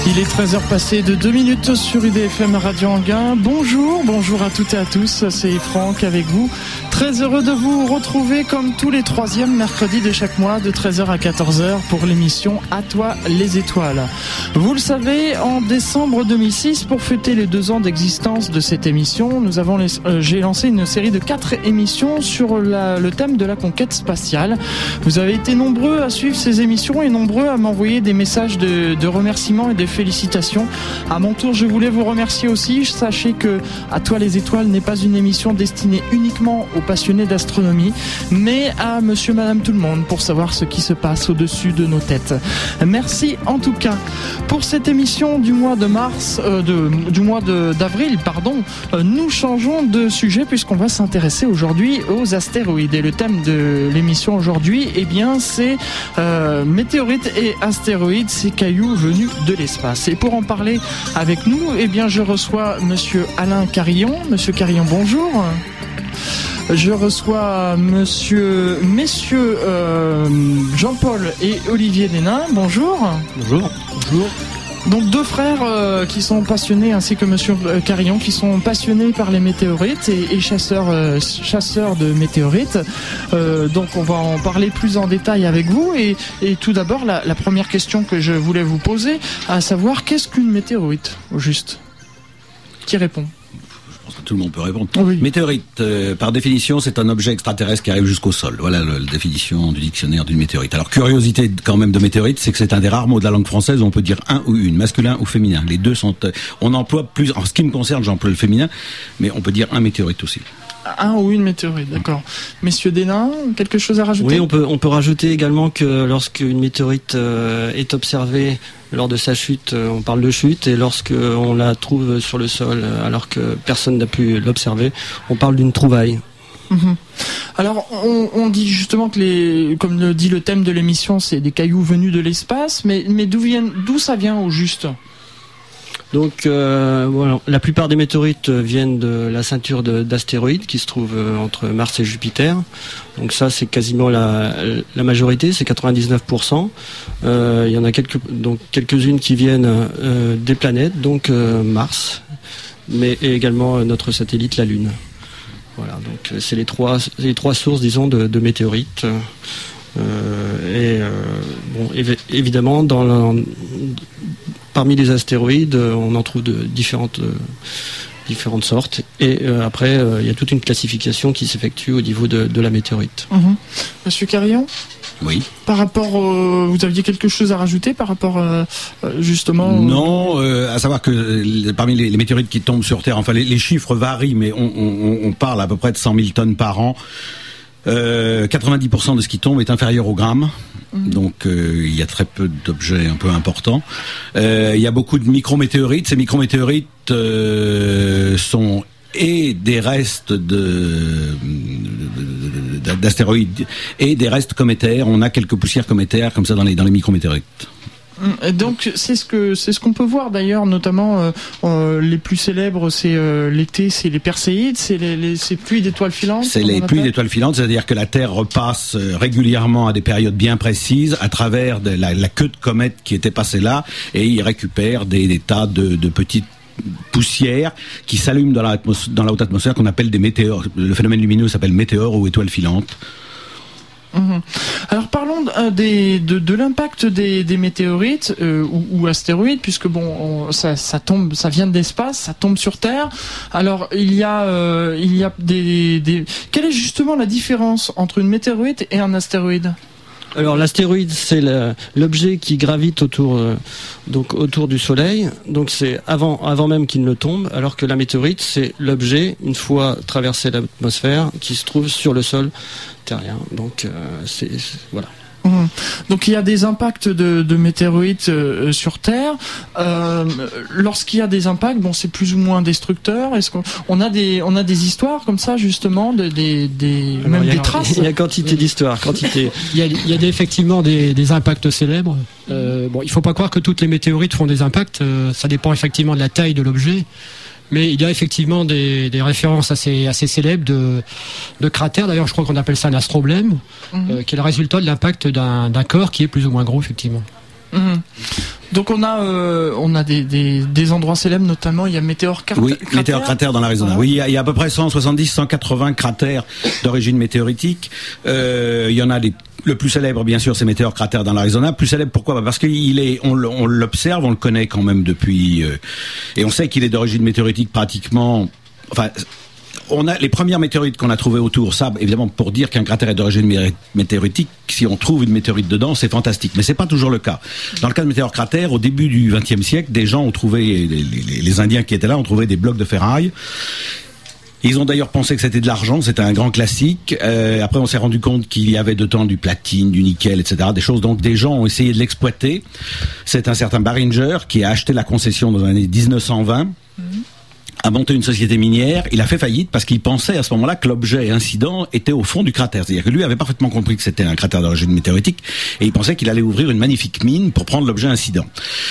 Il est 13h passé de 2 minutes sur UDFM Radio Anguin. Bonjour à toutes et à tous, c'est Franck avec vous. Très heureux de vous retrouver comme tous les troisièmes mercredis de chaque mois de 13h à 14h pour l'émission À toi les étoiles. Vous le savez, en décembre 2006, pour fêter les 2 ans d'existence de cette émission, j'ai lancé une série de 4 émissions sur le thème de la conquête spatiale. Vous avez été nombreux à suivre ces émissions et nombreux à m'envoyer des messages de remerciements et de félicitations. À mon tour, je voulais vous remercier aussi. Sachez que À toi les étoiles n'est pas une émission destinée uniquement aux passionnés d'astronomie, mais à monsieur, madame, tout le monde pour savoir ce qui se passe au-dessus de nos têtes. Merci en tout cas. Pour cette émission du mois d'avril, nous changeons de sujet puisqu'on va s'intéresser aujourd'hui aux astéroïdes. Et le thème de l'émission aujourd'hui, c'est météorites et astéroïdes, ces cailloux venus de l'espace. Et pour en parler avec nous, je reçois monsieur Alain Carillon. Monsieur Carillon, bonjour. Je reçois messieurs Jean-Paul et Olivier Desnains. Bonjour. Bonjour. Donc 2 frères qui sont passionnés, ainsi que monsieur Carillon, qui sont passionnés par les météorites et chasseurs de météorites. Donc on va en parler plus en détail avec vous. Et tout d'abord, la première question que je voulais vous poser, à savoir, qu'est-ce qu'une météorite, au juste ? Qui répond ? Je pense que tout le monde peut répondre. Oui. Météorite, par définition, c'est un objet extraterrestre qui arrive jusqu'au sol. Voilà la définition du dictionnaire d'une météorite. Alors, curiosité quand même de météorite, c'est que c'est un des rares mots de la langue française où on peut dire un ou une, masculin ou féminin. Les deux sont... on emploie plus... En ce qui me concerne, j'emploie le féminin, mais on peut dire un météorite aussi. Un ou une météorite, d'accord. Messieurs Desnains, quelque chose à rajouter ? Oui, on peut rajouter également que lorsqu'une météorite est observée lors de sa chute, on parle de chute, et lorsqu'on la trouve sur le sol alors que personne n'a pu l'observer, on parle d'une trouvaille. Mmh. Alors, on dit justement que comme le dit le thème de l'émission, c'est des cailloux venus de l'espace, mais d'où ça vient au juste ? Donc voilà, la plupart des météorites viennent de la ceinture d'astéroïdes qui se trouve entre Mars et Jupiter. Donc ça, c'est quasiment la majorité, c'est 99%. Il y en a quelques-unes qui viennent des planètes, donc Mars, mais également notre satellite, la Lune. Voilà, donc c'est les trois sources, disons, de météorites. Évidemment, parmi les astéroïdes, on en trouve de différentes sortes. Et après, il y a toute une classification qui s'effectue au niveau de la météorite. Mmh. Monsieur Carillon ? Oui. Par rapport, vous aviez quelque chose à rajouter par rapport justement Non, à savoir que parmi les météorites qui tombent sur Terre, enfin les chiffres varient, mais on parle à peu près de 100 000 tonnes par an. 90% de ce qui tombe est inférieur au gramme. Donc il y a très peu d'objets un peu importants. Il y a beaucoup de micrométéorites. Ces micrométéorites sont des restes d'astéroïdes et des restes cométaires. On a quelques poussières cométaires comme ça dans les micrométéorites. Donc c'est ce qu'on peut voir d'ailleurs, notamment les plus célèbres, c'est l'été, c'est les Perséides, c'est ces pluies d'étoiles filantes. C'est les pluies d'étoiles filantes, c'est-à-dire que la Terre repasse régulièrement à des périodes bien précises à travers la queue de comète qui était passée là, et il récupère des tas de petites poussières qui s'allument dans la haute atmosphère, qu'on appelle des météores. Le phénomène lumineux s'appelle météore ou étoile filante. Alors parlons de l'impact des météorites ou astéroïdes, puisque ça tombe, ça vient de l'espace, ça tombe sur Terre. Alors il y a quelle est justement la différence entre une météorite et un astéroïde ? Alors l'astéroïde, c'est l'objet qui gravite autour du Soleil, donc c'est avant même qu'il ne tombe, alors que la météorite, c'est l'objet, une fois traversé l'atmosphère, qui se trouve sur le sol terrien. Donc voilà. Donc il y a des impacts de météorites sur Terre. Lorsqu'il y a des impacts, c'est plus ou moins destructeur. Est-ce qu'on a des histoires comme ça justement, des traces? Il y a quantité d'histoires, quantité. Il y a effectivement des impacts célèbres. Il faut pas croire que toutes les météorites font des impacts. Ça dépend effectivement de la taille de l'objet. Mais il y a effectivement des références assez célèbres de cratères. D'ailleurs, je crois qu'on appelle ça un astroblème, qui est le résultat de l'impact d'un corps qui est plus ou moins gros, effectivement. Donc on a des endroits célèbres, notamment il y a Météor Cratère. Oui, Météor Cratère dans l'Arizona. Oui, il y a à peu près 170-180 cratères d'origine météoritique. Il y en a le plus célèbre, bien sûr, c'est Météor Cratère dans l'Arizona. Plus célèbre, pourquoi ? Parce on l'observe, on le connaît quand même depuis, et on sait qu'il est d'origine météoritique pratiquement. Enfin, on a les premières météorites qu'on a trouvées autour. Ça, évidemment, pour dire qu'un cratère est d'origine météoritique, si on trouve une météorite dedans, c'est fantastique. Mais c'est pas toujours le cas. Dans le cas de Météor Cratère, au début du XXe siècle, des gens ont trouvé, les Indiens qui étaient là ont trouvé des blocs de ferraille. Ils ont d'ailleurs pensé que c'était de l'argent, c'était un grand classique. Après, on s'est rendu compte qu'il y avait dedans du platine, du nickel, etc. Des choses, donc des gens ont essayé de l'exploiter. C'est un certain Barringer qui a acheté la concession dans les années 1920. A monté une société minière. Il a fait faillite parce qu'il pensait à ce moment-là que l'objet incident était au fond du cratère. C'est-à-dire que lui avait parfaitement compris que c'était un cratère d'origine météoritique et il pensait qu'il allait ouvrir une magnifique mine pour prendre l'objet incident.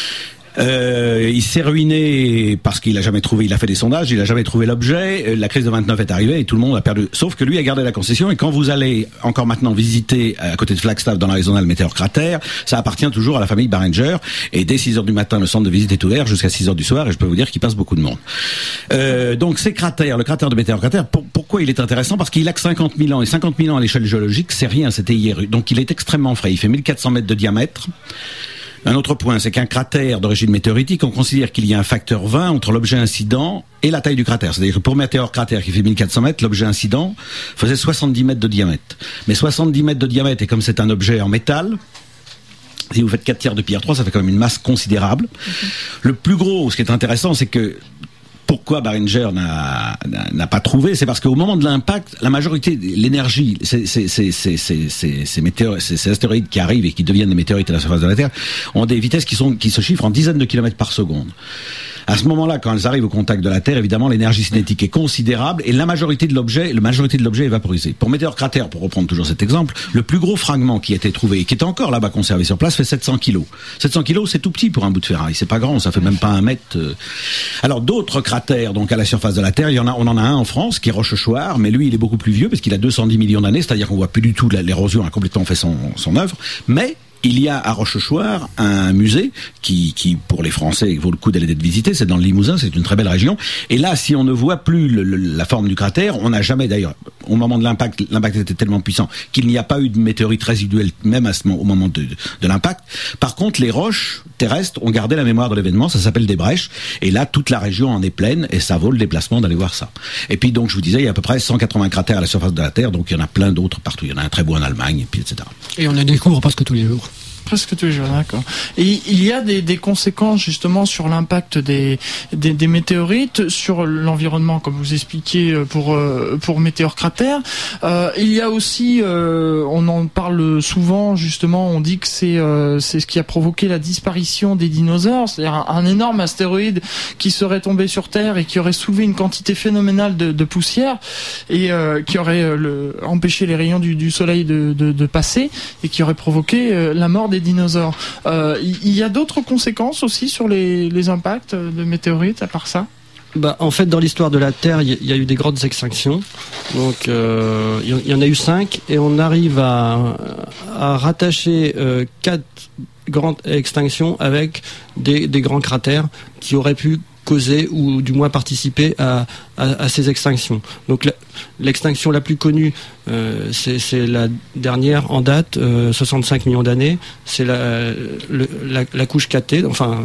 Il s'est ruiné parce qu'il a jamais trouvé, il a fait des sondages, il a jamais trouvé l'objet, la crise de 29 est arrivée et tout le monde a perdu, sauf que lui a gardé la concession. Et quand vous allez encore maintenant visiter à côté de Flagstaff dans l'Arizona le Météor Cratère, ça appartient toujours à la famille Barringer, et dès 6h du matin le centre de visite est ouvert jusqu'à 6h du soir, et je peux vous dire qu'il passe beaucoup de monde. Donc ces cratères, le cratère de Météor Cratère, pourquoi il est intéressant? Parce qu'il a que 50 000 ans, et 50 000 ans à l'échelle géologique c'est rien, c'était hier, donc il est extrêmement frais, il fait 1400 mètres de diamètre. Un autre point, c'est qu'un cratère d'origine météoritique, on considère qu'il y a un facteur 20 entre l'objet incident et la taille du cratère. C'est-à-dire que pour Météor Cratère qui fait 1400 mètres, l'objet incident faisait 70 mètres de diamètre. Mais 70 mètres de diamètre, et comme c'est un objet en métal, si vous faites 4 tiers de pierre 3, ça fait quand même une masse considérable. Le plus gros, ce qui est intéressant, c'est que pourquoi Barringer n'a pas trouvé, c'est parce qu'au moment de l'impact, la majorité de l'énergie, ces astéroïdes qui arrivent et qui deviennent des météorites à la surface de la Terre, ont des vitesses qui se chiffrent en dizaines de kilomètres par seconde. À ce moment-là, quand elles arrivent au contact de la Terre, évidemment, l'énergie cinétique est considérable et la majorité de l'objet est vaporisée. Pour Météor Cratère, pour reprendre toujours cet exemple, le plus gros fragment qui a été trouvé et qui est encore là-bas conservé sur place fait 700 kilos. 700 kilos, c'est tout petit pour un bout de ferraille. C'est pas grand, ça fait même pas 1 mètre. Alors, d'autres cratères, donc, à la surface de la Terre, on en a un en France, qui est Rochechouart, mais lui, il est beaucoup plus vieux parce qu'il a 210 millions d'années, c'est-à-dire qu'on voit plus du tout l'érosion a complètement fait son œuvre. Mais, il y a à Rochechouart un musée qui pour les Français vaut le coup d'aller d'être visité. C'est dans le Limousin, c'est une très belle région. Et là, si on ne voit plus la forme du cratère, on n'a jamais d'ailleurs, au moment de l'impact était tellement puissant qu'il n'y a pas eu de météorite résiduelle même au moment de l'impact. Par contre, les roches terrestres ont gardé la mémoire de l'événement. Ça s'appelle des brèches. Et là, toute la région en est pleine et ça vaut le déplacement d'aller voir ça. Et puis donc, je vous disais, il y a à peu près 180 cratères à la surface de la Terre. Donc il y en a plein d'autres partout. Il y en a un très beau en Allemagne, et puis etc. Et on les découvre presque tous les jours. Presque tous les jours, d'accord. Et il y a des conséquences justement sur l'impact des météorites sur l'environnement, comme vous expliquiez pour Météor Cratère. Il y a aussi, on en parle souvent justement, on dit que c'est ce qui a provoqué la disparition des dinosaures, c'est-à-dire un énorme astéroïde qui serait tombé sur Terre et qui aurait soulevé une quantité phénoménale de poussière et qui aurait empêché les rayons du soleil de passer et qui aurait provoqué la mort des dinosaures. Il y a d'autres conséquences aussi sur les impacts de météorites à part ça? En fait, dans l'histoire de la Terre, il y a eu des grandes extinctions. Donc, il y en a eu 5 et on arrive à rattacher 4 grandes extinctions avec des grands cratères qui auraient pu causer ou du moins participer à ces extinctions. Donc l'extinction la plus connue, c'est la dernière en date, 65 millions d'années, c'est la couche KT, enfin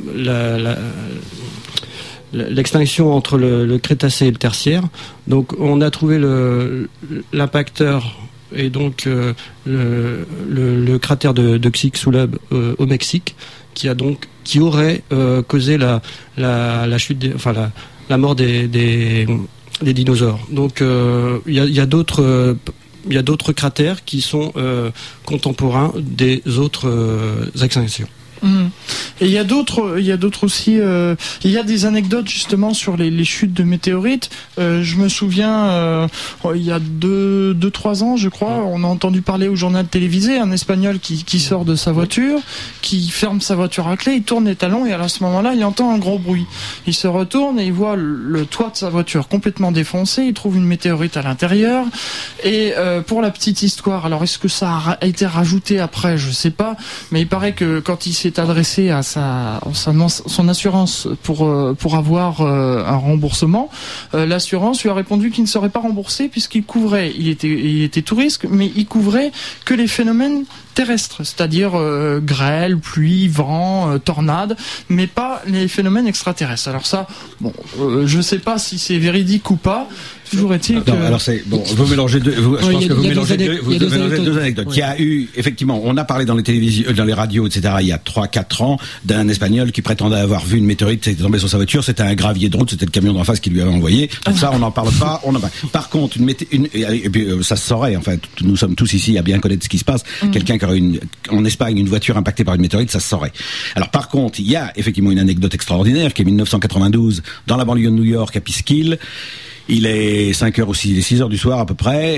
l'extinction entre le Crétacé et le Tertiaire. Donc on a trouvé l'impacteur et donc le cratère de Chicxulub au Mexique, qui aurait causé la chute, la mort des dinosaures. Donc il y a d'autres cratères qui sont contemporains des autres extinctions. Et il y a d'autres aussi. Il y a des anecdotes justement sur les chutes de météorites. Je me souviens, il y a 2-3 ans, je crois, on a entendu parler au journal télévisé un Espagnol qui sort de sa voiture, qui ferme sa voiture à clé, il tourne les talons et à ce moment-là, il entend un gros bruit. Il se retourne et il voit le toit de sa voiture complètement défoncé. Il trouve une météorite à l'intérieur. Et pour la petite histoire, alors est-ce que ça a été rajouté après? Je sais pas, mais il paraît que quand il s'est s'est adressé à son assurance pour avoir un remboursement. L'assurance lui a répondu qu'il ne serait pas remboursé puisqu'il couvrait, il était tout risque, mais il couvrait que les phénomènes terrestres, c'est-à-dire grêle, pluie, vent, tornade, mais pas les phénomènes extraterrestres. Alors ça, bon, je sais pas si c'est véridique ou pas. Toujours est-il que... Alors c'est bon, vous mélangez deux. Je pense que vous mélangez deux anecdotes. Il y a eu effectivement, on a parlé dans les télévisions, dans les radios, etc. Il y a 3-4 ans d'un Espagnol qui prétendait avoir vu une météorite qui était tombée sur sa voiture. C'était un gravier de route, c'était le camion d'en face qui lui avait envoyé. Tout ça, on n'en parle pas. Par contre, et puis, ça se saurait. Enfin, nous sommes tous ici à bien connaître ce qui se passe. Quelqu'un qui aurait en Espagne une voiture impactée par une météorite, ça se saurait. Alors par contre, il y a effectivement une anecdote extraordinaire qui est 1992 dans la banlieue de New York à Peekskill. Il est 5h aussi, il est 6h du soir à peu près.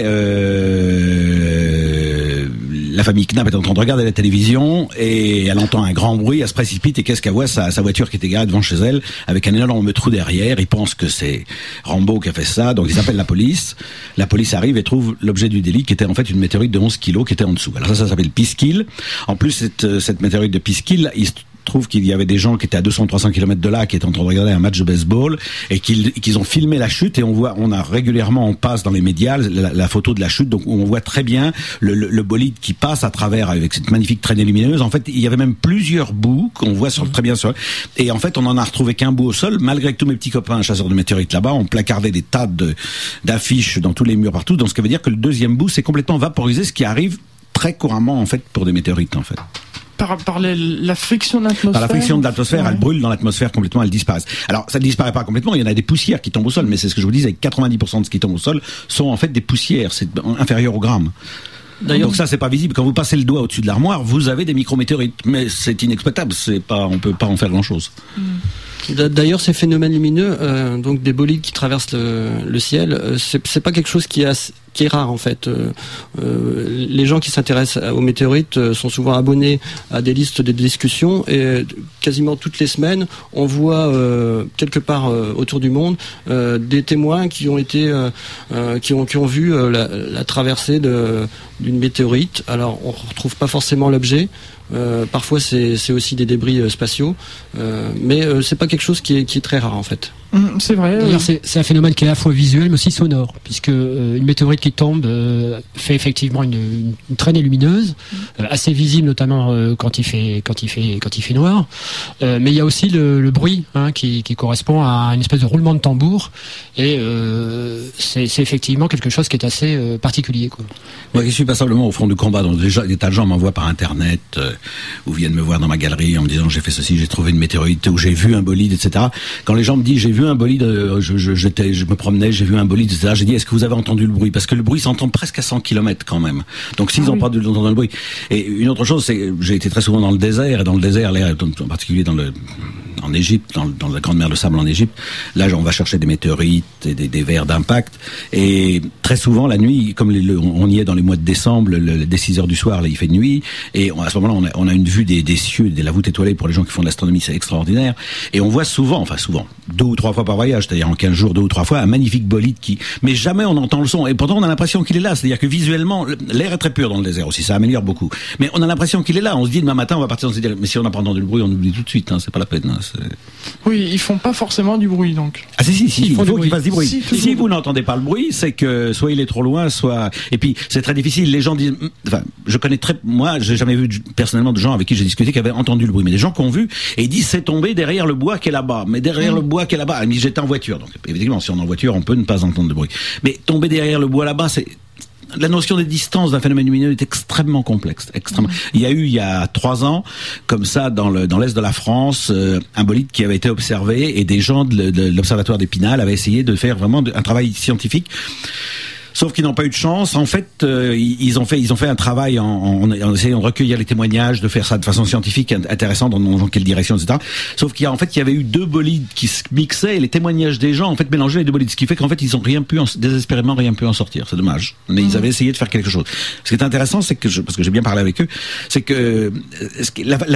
La famille Knapp est en train de regarder la télévision et elle entend un grand bruit, elle se précipite et qu'est-ce qu'elle voit? Sa voiture qui était garée devant chez elle avec un énorme trou derrière. Il pense que c'est Rambo qui a fait ça, donc ils appellent la police. La police arrive et trouve l'objet du délit qui était en fait une météorite de 11 kilos qui était en dessous. Alors ça s'appelle Peekskill. En plus, cette météorite de Peekskill, il trouve qu'il y avait des gens qui étaient à 200-300 km de là, qui étaient en train de regarder un match de baseball, et qu'ils ont filmé la chute, et on passe dans les médias la photo de la chute, donc on voit très bien le bolide qui passe à travers avec cette magnifique traînée lumineuse. En fait, il y avait même plusieurs bouts qu'on voit très bien sur, et en fait, on en a retrouvé qu'un bout au sol, malgré que tous mes petits copains chasseurs de météorites là-bas ont placardé des tas d'affiches dans tous les murs partout, donc ce qui veut dire que le deuxième bout s'est complètement vaporisé, ce qui arrive très couramment, en fait, pour des météorites, en fait. Par la friction de l'atmosphère. Par la friction de l'atmosphère, elle brûle dans l'atmosphère complètement, elle disparaît. Alors, ça ne disparaît pas complètement, il y en a des poussières qui tombent au sol, mais c'est ce que je vous disais, 90% de ce qui tombe au sol sont en fait des poussières, c'est inférieur au gramme. D'ailleurs, donc ça, c'est pas visible. Quand vous passez le doigt au-dessus de l'armoire, vous avez des micrométéorites, mais c'est inexploitable, on peut pas en faire grand-chose. D'ailleurs, ces phénomènes lumineux, donc des bolides qui traversent le ciel, c'est pas quelque chose qui est rare en fait. Les gens qui s'intéressent aux météorites sont souvent abonnés à des listes de discussions et quasiment toutes les semaines, on voit quelque part autour du monde des témoins qui ont vu la traversée d'une météorite. Alors, on retrouve pas forcément l'objet. Parfois c'est aussi des débris spatiaux, mais c'est pas quelque chose qui est très rare en fait. C'est vrai. D'ailleurs, c'est un phénomène qui est à la fois visuel mais aussi sonore, puisque une météorite qui tombe fait effectivement une traînée lumineuse, assez visible notamment quand il fait noir. Mais il y a aussi le bruit qui correspond à une espèce de roulement de tambour, et c'est effectivement quelque chose qui est assez particulier, quoi. Moi, je suis passablement au fond du combat. Donc déjà, des tas de gens m'envoient par internet ou viennent me voir dans ma galerie en me disant j'ai fait ceci, j'ai trouvé une météorite ou j'ai vu un bolide, etc. Quand les gens me disent j'ai vu un bolide, je me promenais, j'ai vu un bolide, etc. J'ai dit est-ce que vous avez entendu le bruit? Parce que le bruit s'entend presque à 100 km quand même. Donc s'ils n'ont pas entendu le bruit. Et une autre chose, c'est que j'ai été très souvent dans le désert, et dans le désert, en particulier en Égypte, dans la grande mer de sable en Égypte, là on va chercher des météorites et des vers d'impact, et très souvent la nuit, comme on y est dans les mois de décembre, dès 6h du soir, là il fait nuit, et à ce moment-là on a une vue des cieux, de la voûte étoilée. Pour les gens qui font de l'astronomie, c'est extraordinaire, et on voit souvent 2 ou 3 fois par voyage, c'est-à-dire en 15 jours 2 ou 3 fois, un magnifique bolide mais jamais on entend le son, et pourtant on a l'impression qu'il est là. C'est-à-dire que visuellement l'air est très pur dans le désert aussi, ça améliore beaucoup, mais on a l'impression qu'il est là. On se dit demain matin on va partir, on se dit mais si on n'a pas entendu le bruit, on oublie tout de suite, c'est pas la peine. Oui, ils font pas forcement du bruit, donc. Ah si, il faut qu'ils fassent du bruit. Si vous n'entendez pas le bruit, c'est que soit il est trop loin, soit... Et puis, c'est très difficile. Les gens disent... Enfin, moi, j'ai jamais vu personnellement de gens avec qui j'ai discuté qui avaient entendu le bruit. Mais des gens qui ont vu, et ils disent c'est tombé derrière le bois qui est là-bas. Mais derrière le bois qui est là-bas, j'étais en voiture. Donc, évidemment, si on est en voiture, on peut ne pas entendre de bruit. Mais tomber derrière le bois là-bas, c'est... La notion des distances d'un phénomène lumineux est extrêmement complexe. Il y a 3 ans, comme ça, dans l'est de la France, un bolide qui avait été observé, et des gens de l'observatoire d'Épinal avaient essayé de faire vraiment un travail scientifique. Sauf qu'ils n'ont pas eu de chance. En fait, ils ont fait un travail en essayant de recueillir les témoignages, de faire ça de façon scientifique, intéressante, dans quelle direction, etc. Sauf qu'il y avait eu 2 bolides qui se mixaient, et les témoignages des gens, en fait, mélangeaient les 2 bolides. Ce qui fait qu'en fait, ils ont désespérément rien pu en sortir. C'est dommage. Mais ils avaient essayé de faire quelque chose. Ce qui est intéressant, c'est que parce que j'ai bien parlé avec eux, c'est que la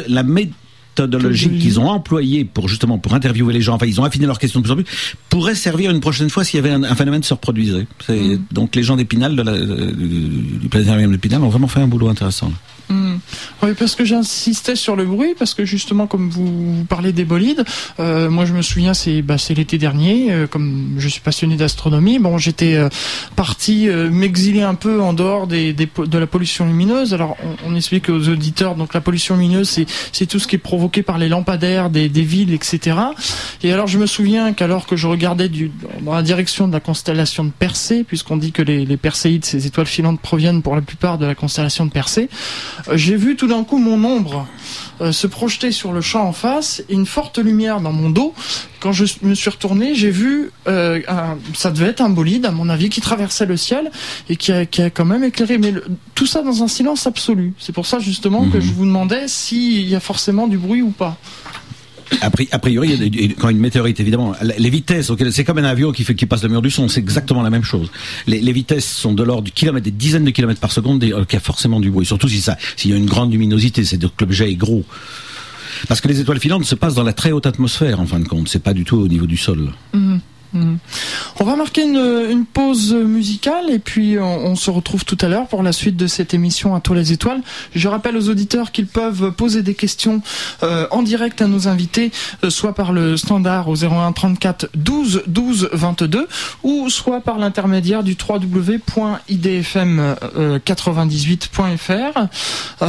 méthodologie qu'ils ont employée pour interviewer les gens, enfin ils ont affiné leurs questions de plus en plus, pourrait servir une prochaine fois s'il y avait un phénomène se reproduisait. Donc les gens d'Épinal, du planétarium d'Épinal, ont vraiment fait un boulot intéressant là. Oui, parce que j'insistais sur le bruit, parce que justement, comme vous parlez des bolides, moi je me souviens, c'est l'été dernier, comme je suis passionné d'astronomie, j'étais parti m'exiler un peu en dehors de la pollution lumineuse. Alors on explique aux auditeurs, donc la pollution lumineuse, c'est tout ce qui est provoqué par les lampadaires des villes, etc. Et alors je me souviens qu'alors que je regardais dans la direction de la constellation de Persée, puisqu'on dit que les Perséides, ces étoiles filantes, proviennent pour la plupart de la constellation de Persée, j'ai vu tout d'un coup mon ombre se projeter sur le champ en face et une forte lumière dans mon dos. Quand je me suis retourné, j'ai vu ça devait être un bolide, à mon avis, qui traversait le ciel et qui a quand même éclairé. Mais tout ça dans un silence absolu. C'est pour ça justement que je vous demandais s'il y a forcément du bruit ou pas. A priori, quand une météorite, évidemment, les vitesses, c'est comme un avion qui passe le mur du son, c'est exactement la même chose. Les vitesses sont de l'ordre du kilomètre, des dizaines de kilomètres par seconde, qu'il y a forcément du bruit. Surtout s'il y a une grande luminosité, c'est-à-dire que l'objet est gros. Parce que les étoiles filantes se passent dans la très haute atmosphère, en fin de compte. C'est pas du tout au niveau du sol. On va marquer une pause musicale et puis on se retrouve tout à l'heure pour la suite de cette émission À toi les étoiles. Je rappelle aux auditeurs qu'ils peuvent poser des questions en direct à nos invités, soit par le standard au 01 34 12 12 22 ou soit par l'intermédiaire du www.idfm98.fr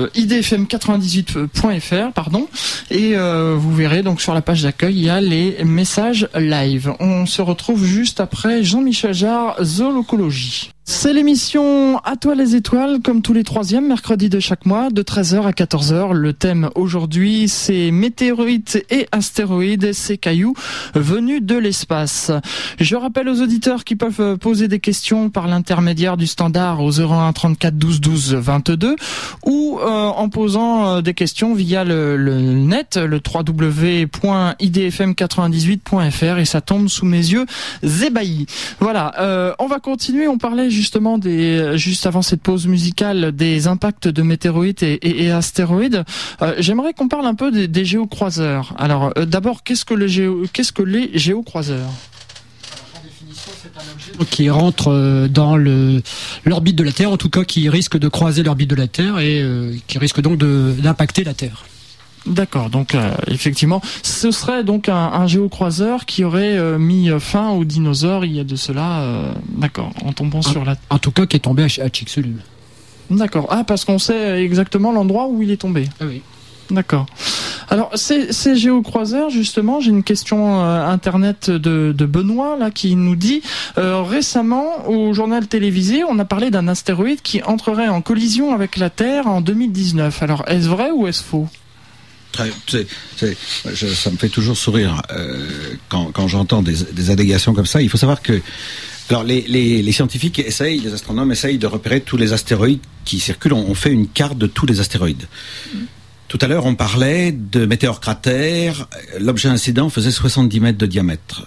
idfm98.fr pardon, et vous verrez donc sur la page d'accueil il y a les messages live. On se retrouve juste après Jean-Michel Jarre, Zoolocologie. C'est l'émission À toi les étoiles, comme tous les troisièmes mercredis de chaque mois, de 13h à 14h. Le thème aujourd'hui, c'est météorites et astéroïdes, ces cailloux venus de l'espace. Je rappelle aux auditeurs qui peuvent poser des questions par l'intermédiaire du standard au 01 34 12 12 22 ou en posant des questions via le net, le www.idfm98.fr, et ça tombe sous mes yeux ébahis. Voilà, on va continuer, on parlait justement juste avant cette pause musicale des impacts de météorites et astéroïdes. J'aimerais qu'on parle un peu des géocroiseurs. Alors d'abord, qu'est-ce que les géocroiseurs ? Par définition, c'est un objet qui rentre dans l'orbite de la Terre, en tout cas qui risque de croiser l'orbite de la Terre et qui risque donc d'impacter la Terre. D'accord, donc effectivement, ce serait donc un géocroiseur qui aurait mis fin aux dinosaures il y a de cela, d'accord, en tombant sur la... En tout cas, qui est tombé à Chicxulub. D'accord, parce qu'on sait exactement l'endroit où il est tombé. Ah oui. D'accord. Alors, ces géocroiseurs, justement, j'ai une question internet de Benoît là qui nous dit récemment au journal télévisé, on a parlé d'un astéroïde qui entrerait en collision avec la Terre en 2019. Alors, est-ce vrai ou est-ce faux ? Ça me fait toujours sourire quand j'entends des allégations comme ça. Il faut savoir que alors les scientifiques les astronomes essayent de repérer tous les astéroïdes qui circulent. On fait une carte de tous les astéroïdes. Tout à l'heure, on parlait de météores cratères. L'objet incident faisait 70 mètres de diamètre.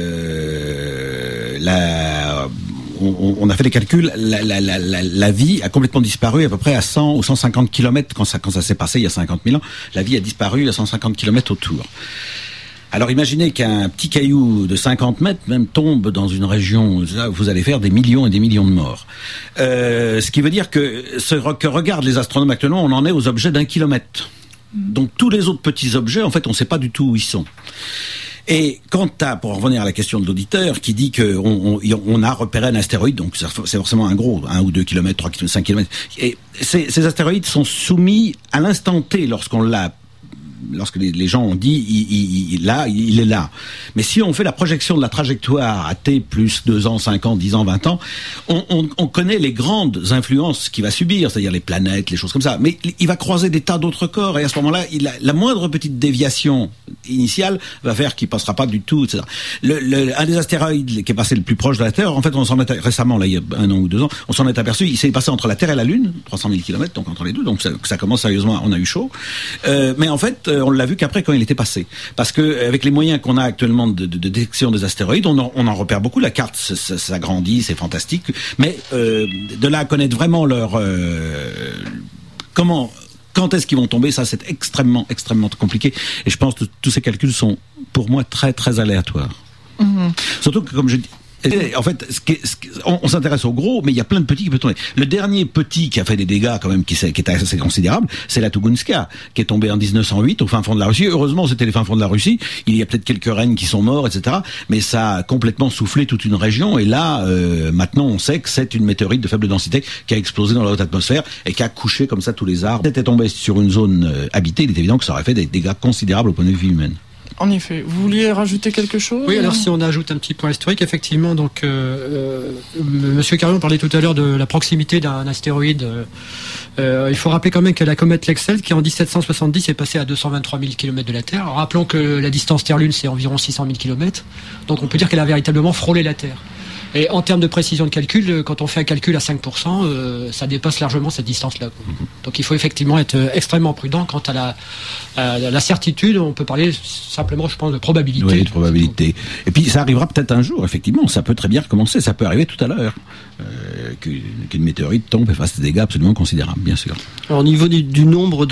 On a fait des calculs, la vie a complètement disparu à peu près à 100 ou 150 km quand ça s'est passé il y a 50 000 ans. La vie a disparu à 150 km autour. Alors imaginez qu'un petit caillou de 50 mètres même tombe dans une région, là, vous allez faire des millions et des millions de morts. Ce qui veut dire que ce que regardent les astronomes actuellement, on en est aux objets d'1 kilomètre. Donc tous les autres petits objets, en fait, on ne sait pas du tout où ils sont. Et pour en revenir à la question de l'auditeur qui dit qu'on a repéré un astéroïde, donc c'est forcément un gros, 1 ou 2 kilomètres, 3 kilomètres, 5 kilomètres. Et ces astéroïdes sont soumis à l'instant T lorsque les gens ont dit il est là. Mais si on fait la projection de la trajectoire à T plus 2 ans, 5 ans, 10 ans, 20 ans, on connaît les grandes influences qu'il va subir, c'est-à-dire les planètes, les choses comme ça. Mais il va croiser des tas d'autres corps et à ce moment-là, la moindre petite déviation initiale va faire qu'il passera pas du tout, etc. Un des astéroïdes qui est passé le plus proche de la Terre, en fait, on s'en est récemment, là, il y a 1 an ou 2 ans, on s'en est aperçu, il s'est passé entre la Terre et la Lune, 300 000 km, donc entre les deux, donc ça commence sérieusement, on a eu chaud. Mais en fait, on l'a vu qu'après quand il était passé. Parce que avec les moyens qu'on a actuellement de détection des astéroïdes, on en repère beaucoup. La carte s'agrandit, c'est fantastique. Mais de là à connaître vraiment quand est-ce qu'ils vont tomber, ça c'est extrêmement, extrêmement compliqué. Et je pense que tous ces calculs sont pour moi très, très aléatoires. Surtout que comme je dis, En fait, on s'intéresse aux gros, mais il y a plein de petits qui peuvent tomber. Le dernier petit qui a fait des dégâts quand même, qui est assez considérable, c'est la Tugunska, qui est tombée en 1908 au fin fond de la Russie. Heureusement, c'était les fins fonds de la Russie. Il y a peut-être quelques rennes qui sont morts, etc. Mais ça a complètement soufflé toute une région. Et là, maintenant, on sait que c'est une météorite de faible densité qui a explosé dans la haute atmosphère et qui a couché comme ça tous les arbres. Si c'était tombé sur une zone habitée, il est évident que ça aurait fait des dégâts considérables au point de vue humain. En effet. Vous vouliez rajouter quelque chose ? Oui, alors si on ajoute un petit point historique, effectivement, donc Monsieur Carion parlait tout à l'heure de la proximité d'un astéroïde. Il faut rappeler quand même que la comète Lexell, qui en 1770 est passée à 223 000 km de la Terre. Alors, rappelons que la distance Terre-Lune, c'est environ 600 000 km. Donc on peut dire qu'elle a véritablement frôlé la Terre. Et en termes de précision de calcul, quand on fait un calcul à 5%, ça dépasse largement cette distance-là. Donc il faut effectivement être extrêmement prudent quant à la certitude. On peut parler simplement, je pense, de probabilité. Oui, de probabilité. Et puis ça arrivera peut-être un jour, effectivement. Ça peut très bien recommencer. Ça peut arriver tout à l'heure. Qu'une météorite tombe et fasse des dégâts absolument considérables, bien sûr. Alors, au niveau du nombre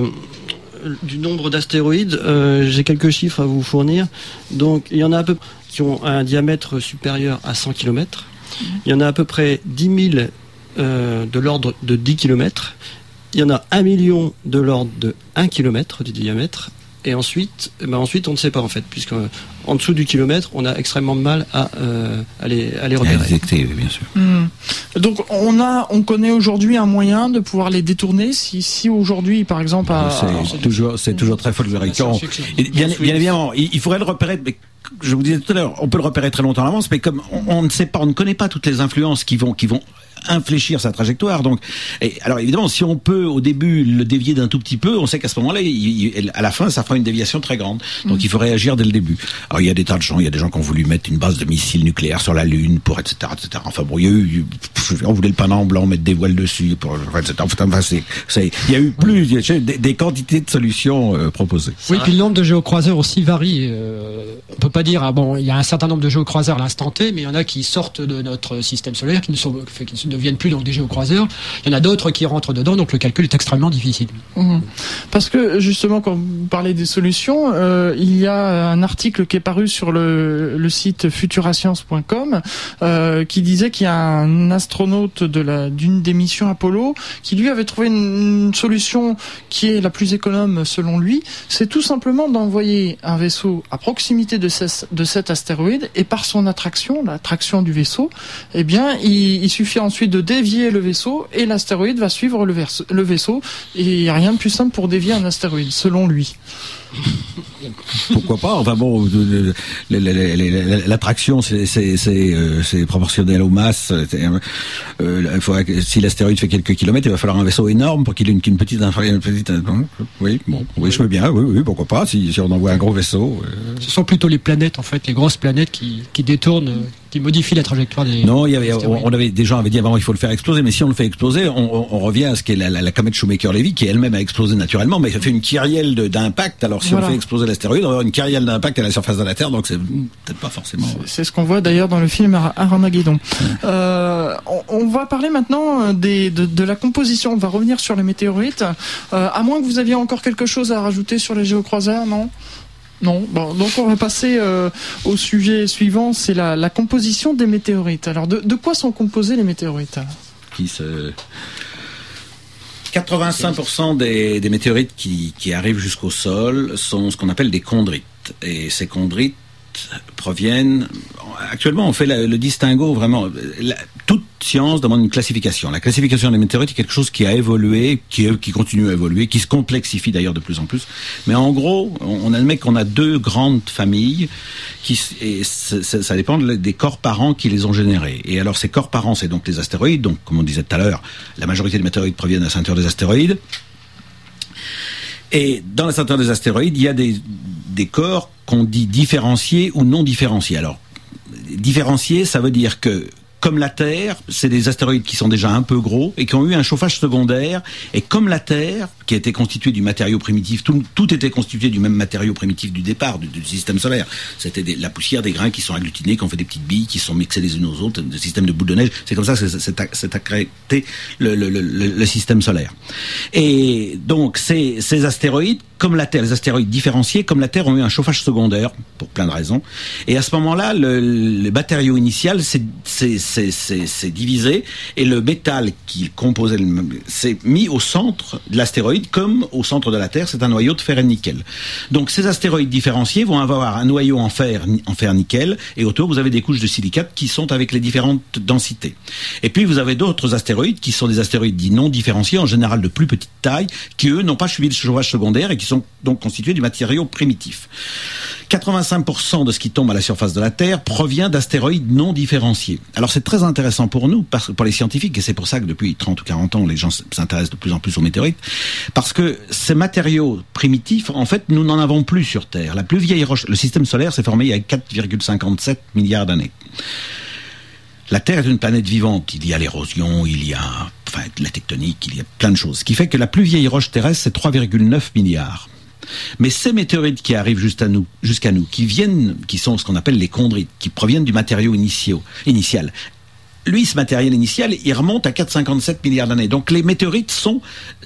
d'astéroïdes, j'ai quelques chiffres à vous fournir. Donc il y en a à peu près qui ont un diamètre supérieur à 100 km. Il y en a à peu près 10 000 de l'ordre de 10 km. Il y en a 1 million de l'ordre de 1 km du diamètre. Et ensuite, on ne sait pas en fait, puisque en dessous du kilomètre, on a extrêmement de mal à les repérer. Détecter, bien sûr. Donc on connaît aujourd'hui un moyen de pouvoir les détourner. Si aujourd'hui, par exemple, c'est toujours très folklorique. Bien évidemment, il faudrait le repérer. Mais je vous disais tout à l'heure, on peut le repérer très longtemps à l'avance, mais comme on ne sait pas, on ne connaît pas toutes les influences qui vont infléchir sa trajectoire. Donc, alors évidemment, si on peut au début le dévier d'un tout petit peu, on sait qu'à ce moment-là, à la fin, ça fera une déviation très grande. Donc, il faut réagir dès le début. Alors, il y a des tas de gens, il y a des gens qui ont voulu mettre une base de missiles nucléaires sur la Lune pour etc. Enfin bon, on voulait le panneau blanc, mettre des voiles dessus pour etc. Enfin, il y a eu des quantités de solutions proposées. Oui, puis le nombre de géocroiseurs aussi varie. On peut pas dire il y a un certain nombre de géocroiseurs à l'instant T, mais il y en a qui sortent de notre système solaire, qui ne viennent plus donc des géocroiseurs. Il y en a d'autres qui rentrent dedans, donc le calcul est extrêmement difficile. Parce que justement, quand vous parlez des solutions, il y a un article qui est paru sur le site futurascience.com qui disait qu'il y a un astronaute d'une des missions Apollo qui lui avait trouvé une solution qui est la plus économe selon lui. C'est tout simplement d'envoyer un vaisseau à proximité de cet astéroïde, et par son attraction, l'attraction du vaisseau, eh bien, il suffit ensuite de dévier le vaisseau et l'astéroïde va suivre le vaisseau, et il n'y a rien de plus simple pour dévier un astéroïde, selon lui. Pourquoi pas? Enfin bon, l'attraction c'est proportionnel aux masses. Si l'astéroïde fait quelques kilomètres, il va falloir un vaisseau énorme pour qu'il ait une petite. Oui, je veux bien. Oui, pourquoi pas? Si on envoie un gros vaisseau. Ce sont plutôt les planètes, en fait, les grosses planètes qui détournent, qui modifient la trajectoire des. Non, des gens avaient dit avant il faut le faire exploser, mais si on le fait exploser, on revient à ce qu'est la comète Shoemaker-Levy, qui elle-même a explosé naturellement, mais ça fait une kyrielle d'impact. Alors si on fait exploser l'astéroïde, on va avoir une kyrielle d'impact à la surface de la Terre, donc c'est peut-être pas forcément. C'est ce qu'on voit d'ailleurs dans le film Armageddon. On va parler maintenant de la composition. On va revenir sur les météorites. À moins que vous aviez encore quelque chose à rajouter sur les géocroiseurs, non? Non. Bon, donc on va passer au sujet suivant, c'est la composition des météorites. Alors de quoi sont composées les météorites? 85% des météorites qui arrivent jusqu'au sol sont ce qu'on appelle des chondrites. Et ces chondrites proviennent... Actuellement, on fait le distinguo vraiment... Toute science demande une classification. La classification des météorites est quelque chose qui a évolué, qui continue à évoluer, qui se complexifie d'ailleurs de plus en plus. Mais en gros, on admet qu'on a deux grandes familles et ça dépend des corps parents qui les ont générés. Et alors ces corps parents, c'est donc les astéroïdes. Donc, comme on disait tout à l'heure, la majorité des météorites proviennent de la ceinture des astéroïdes. Et dans la ceinture des astéroïdes, il y a des corps qu'on dit différenciés ou non différenciés. Alors, différenciés, ça veut dire que comme la Terre, c'est des astéroïdes qui sont déjà un peu gros et qui ont eu un chauffage secondaire. Et comme la Terre, qui était constitué du matériau primitif. Tout était constitué du même matériau primitif du départ du système solaire. C'était la poussière des grains qui sont agglutinés, qui ont fait des petites billes, qui sont mixées les unes aux autres, des systèmes de boules de neige. C'est comme ça que c'est accrété le système solaire. Et donc ces astéroïdes, comme la Terre, les astéroïdes différenciés, comme la Terre, ont eu un chauffage secondaire pour plein de raisons. Et à ce moment-là, le matériau initial s'est divisé et le métal qui composait s'est mis au centre de l'astéroïde comme au centre de la Terre. C'est un noyau de fer et de nickel. Donc ces astéroïdes différenciés vont avoir un noyau en fer nickel et autour vous avez des couches de silicate qui sont avec les différentes densités. Et puis vous avez d'autres astéroïdes qui sont des astéroïdes dits non différenciés, en général de plus petite taille, qui eux n'ont pas subi le chauffage secondaire et qui sont donc constitués du matériau primitif. 85% de ce qui tombe à la surface de la Terre provient d'astéroïdes non différenciés. Alors c'est très intéressant pour nous, pour les scientifiques, et c'est pour ça que depuis 30 ou 40 ans, les gens s'intéressent de plus en plus aux météorites, parce que ces matériaux primitifs, en fait, nous n'en avons plus sur Terre. La plus vieille roche, le système solaire s'est formé il y a 4,57 milliards d'années. La Terre est une planète vivante. Il y a l'érosion, il y a la tectonique, il y a plein de choses. Ce qui fait que la plus vieille roche terrestre, c'est 3,9 milliards. Mais ces météorites qui arrivent jusqu'à nous, qui sont ce qu'on appelle les chondrites, qui proviennent du matériau initial. Lui, ce matériel initial, il remonte à 4,57 milliards d'années. Donc les météorites sont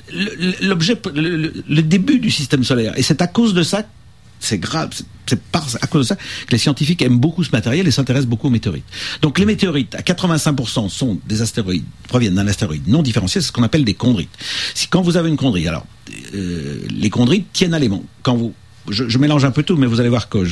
le début du système solaire. Et c'est à cause de ça, c'est grave, c'est à cause de ça que les scientifiques aiment beaucoup ce matériel et s'intéressent beaucoup aux météorites. Donc les météorites, à 85%, sont des astéroïdes, proviennent d'un astéroïde non différencié, c'est ce qu'on appelle des chondrites. Quand vous avez une chondrite, alors les chondrites tiennent à l'aimant. Je mélange un peu tout, mais vous allez voir que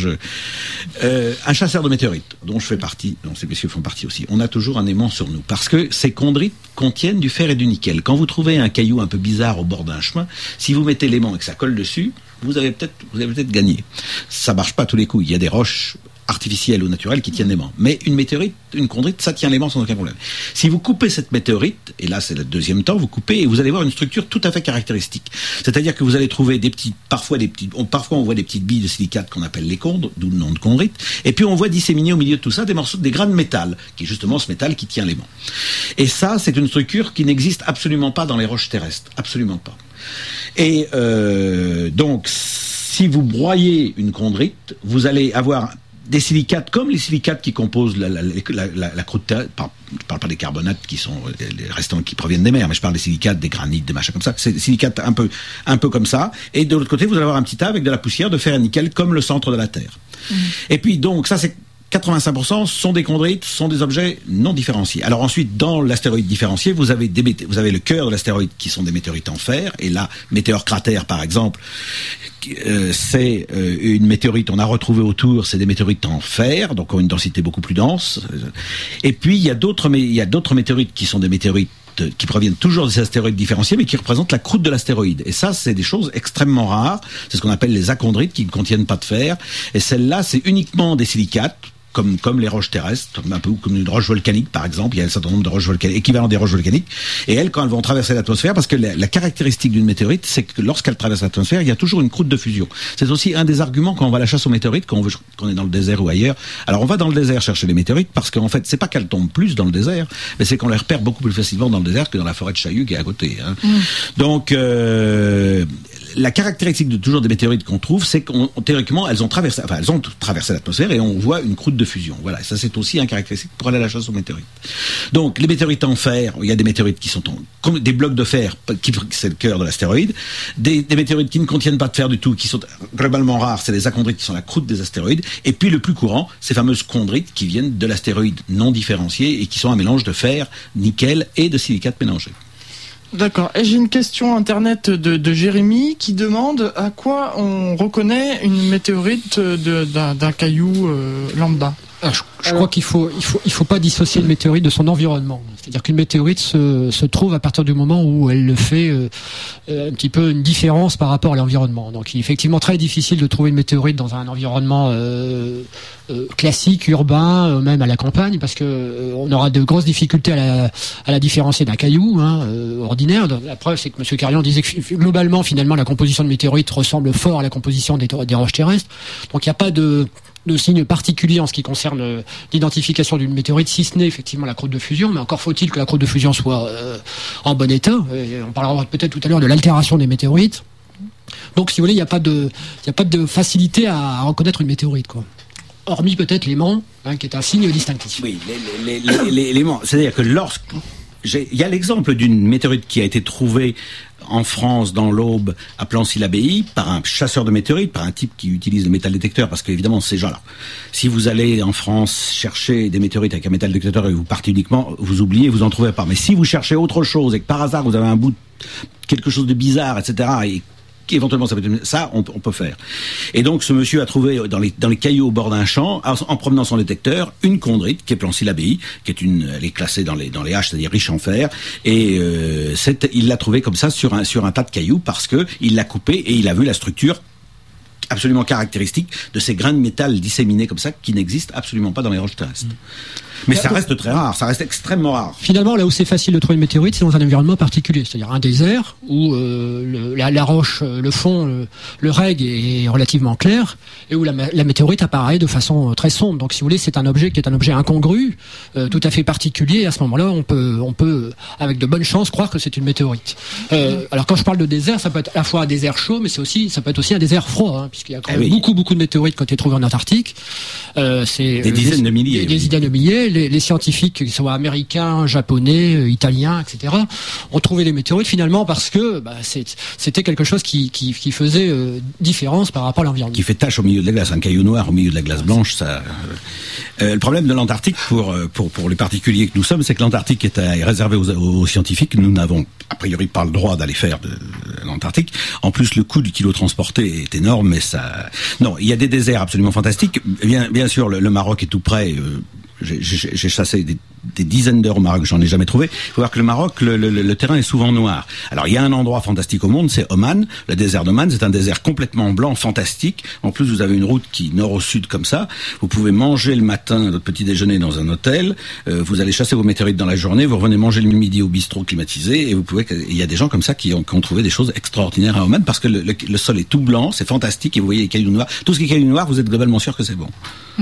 un chasseur de météorites, dont je fais partie, dont ces messieurs font partie aussi, on a toujours un aimant sur nous, parce que ces chondrites contiennent du fer et du nickel. Quand vous trouvez un caillou un peu bizarre au bord d'un chemin, si vous mettez l'aimant et que ça colle dessus, vous avez peut-être gagné. Ça marche pas tous les coups. Il y a des roches artificielles ou naturelles qui tiennent l'aimant. Mais une météorite, une chondrite, ça tient l'aimant sans aucun problème. Si vous coupez cette météorite, et là c'est le deuxième temps, vous coupez et vous allez voir une structure tout à fait caractéristique. C'est-à-dire que vous allez trouver parfois on voit des petites billes de silicate qu'on appelle les chondres, d'où le nom de chondrite, et puis on voit disséminer au milieu de tout ça des grains de métal, qui est justement ce métal qui tient l'aimant. Et ça, c'est une structure qui n'existe absolument pas dans les roches terrestres. Absolument pas. Et donc, si vous broyez une chondrite, vous allez avoir des silicates comme les silicates qui composent la croûte terrestre. Je parle pas des carbonates qui sont les restants qui proviennent des mers, mais je parle des silicates, des granites, des machins comme ça. C'est des silicates un peu comme ça. Et de l'autre côté, vous allez avoir un petit tas avec de la poussière de fer et nickel comme le centre de la Terre. Et puis donc ça c'est 85% sont des chondrites, sont des objets non différenciés. Alors ensuite, dans l'astéroïde différencié, vous avez le cœur de l'astéroïde qui sont des météorites en fer. Et là, météore cratère par exemple, c'est une météorite, on a retrouvé autour, c'est des météorites en fer, donc ont une densité beaucoup plus dense. Et puis il y a d'autres météorites qui sont des météorites qui proviennent toujours des astéroïdes différenciés, mais qui représentent la croûte de l'astéroïde. Et ça, c'est des choses extrêmement rares. C'est ce qu'on appelle les achondrites, qui ne contiennent pas de fer. Et celles-là, c'est uniquement des silicates, comme les roches terrestres, un peu comme une roche volcanique par exemple. Il y a un certain nombre de roches volcaniques, équivalent des roches volcaniques. Et elles, quand elles vont traverser l'atmosphère, parce que la caractéristique d'une météorite, c'est que lorsqu'elle traverse l'atmosphère, il y a toujours une croûte de fusion. C'est aussi un des arguments quand on va à la chasse aux météorites, quand on est dans le désert ou ailleurs. Alors on va dans le désert chercher les météorites parce qu'en fait, c'est pas qu'elles tombent plus dans le désert, mais c'est qu'on les repère beaucoup plus facilement dans le désert que dans la forêt de Chaillot qui est à côté. Donc la caractéristique de toujours des météorites qu'on trouve, c'est qu'on théoriquement elles ont traversé l'atmosphère et on voit une croûte de fusion. Voilà, ça c'est aussi un caractéristique pour aller à la chasse aux météorites. Donc les météorites en fer, il y a des météorites qui sont comme des blocs de fer, c'est le cœur de l'astéroïde. Des météorites qui ne contiennent pas de fer du tout, qui sont globalement rares, c'est les achondrites qui sont la croûte des astéroïdes. Et puis le plus courant, ces fameuses chondrites qui viennent de l'astéroïde non différencié et qui sont un mélange de fer, nickel et de silicate mélangés. D'accord. Et j'ai une question internet de Jérémy qui demande à quoi on reconnaît une météorite d'un caillou lambda. Je crois qu'il faut pas dissocier une météorite de son environnement. C'est-à-dire qu'une météorite se trouve à partir du moment où elle fait un petit peu une différence par rapport à l'environnement. Donc il est effectivement très difficile de trouver une météorite dans un environnement classique, urbain, même à la campagne, parce que on aura de grosses difficultés à la différencier d'un caillou ordinaire. La preuve, c'est que M. Carion disait que globalement, finalement, la composition de météorites ressemble fort à la composition des roches terrestres. Donc il n'y a pas de de signes particuliers en ce qui concerne l'identification d'une météorite, si ce n'est effectivement la croûte de fusion, mais encore faut-il que la croûte de fusion soit en bon état. Et on parlera peut-être tout à l'heure de l'altération des météorites. Donc, si vous voulez, il n'y a pas de facilité à reconnaître une météorite, quoi. Hormis peut-être l'aimant, qui est un signe distinctif. Oui, l'aimant. C'est-à-dire que il y a l'exemple d'une météorite qui a été trouvée en France, dans l'Aube, à Plancy-l'Abbaye, par un chasseur de météorites, par un type qui utilise le métal détecteur, parce qu'évidemment, ces gens-là, si vous allez en France chercher des météorites avec un métal détecteur et vous partez uniquement, vous oubliez, vous en trouvez pas. Mais si vous cherchez autre chose et que par hasard vous avez un bout de quelque chose de bizarre, etc., et éventuellement ça on peut faire. Et donc ce monsieur a trouvé dans les cailloux au bord d'un champ, en promenant son détecteur, une chondrite qui est Plancy-l'Abbaye, elle est classée dans les H, c'est-à-dire riche en fer, et il l'a trouvée comme ça sur un tas de cailloux parce que il l'a coupée et il a vu la structure absolument caractéristique de ces grains de métal disséminés comme ça qui n'existent absolument pas dans les roches terrestres. Mais ça reste très rare, ça reste extrêmement rare. Finalement, là où c'est facile de trouver une météorite, c'est dans un environnement particulier, c'est-à-dire un désert où la roche, le fond, le reg est relativement clair et où la météorite apparaît de façon très sombre. Donc, si vous voulez, c'est un objet qui est un objet incongru, tout à fait particulier. Et à ce moment-là, on peut, avec de bonnes chances, croire que c'est une météorite. Alors, quand je parle de désert, ça peut être à la fois un désert chaud, mais ça peut être aussi un désert froid, puisqu'il y a quand même beaucoup de météorites qui ont été trouvées en Antarctique. C'est des dizaines de milliers. Des dizaines de milliers. Les scientifiques, qu'ils soient américains, japonais, italiens, etc., ont trouvé les météorites finalement parce que c'était quelque chose qui faisait différence par rapport à l'environnement. Qui fait tache au milieu de la glace, un caillou noir au milieu de la glace blanche, ça. Le problème de l'Antarctique pour les particuliers que nous sommes, c'est que l'Antarctique est réservé aux scientifiques. Nous n'avons a priori pas le droit d'aller faire de l'Antarctique. En plus, le coût du kilo transporté est énorme, mais ça. Non, il y a des déserts absolument fantastiques. Bien sûr, le Maroc est tout près. J'ai chassé des dizaines d'heures au Maroc, j'en ai jamais trouvé. Il faut voir que le Maroc, le terrain est souvent noir. Alors il y a un endroit fantastique au monde, c'est Oman. Le désert d'Oman, c'est un désert complètement blanc, fantastique. En plus, vous avez une route qui nord au sud comme ça. Vous pouvez manger le matin votre petit déjeuner dans un hôtel. Vous allez chasser vos météorites dans la journée. Vous revenez manger le midi au bistrot climatisé. Et il y a des gens comme ça qui ont trouvé des choses extraordinaires à Oman parce que le sol est tout blanc, c'est fantastique. Et vous voyez les cailloux noirs. Tout ce qui est cailloux noirs, vous êtes globalement sûr que c'est bon.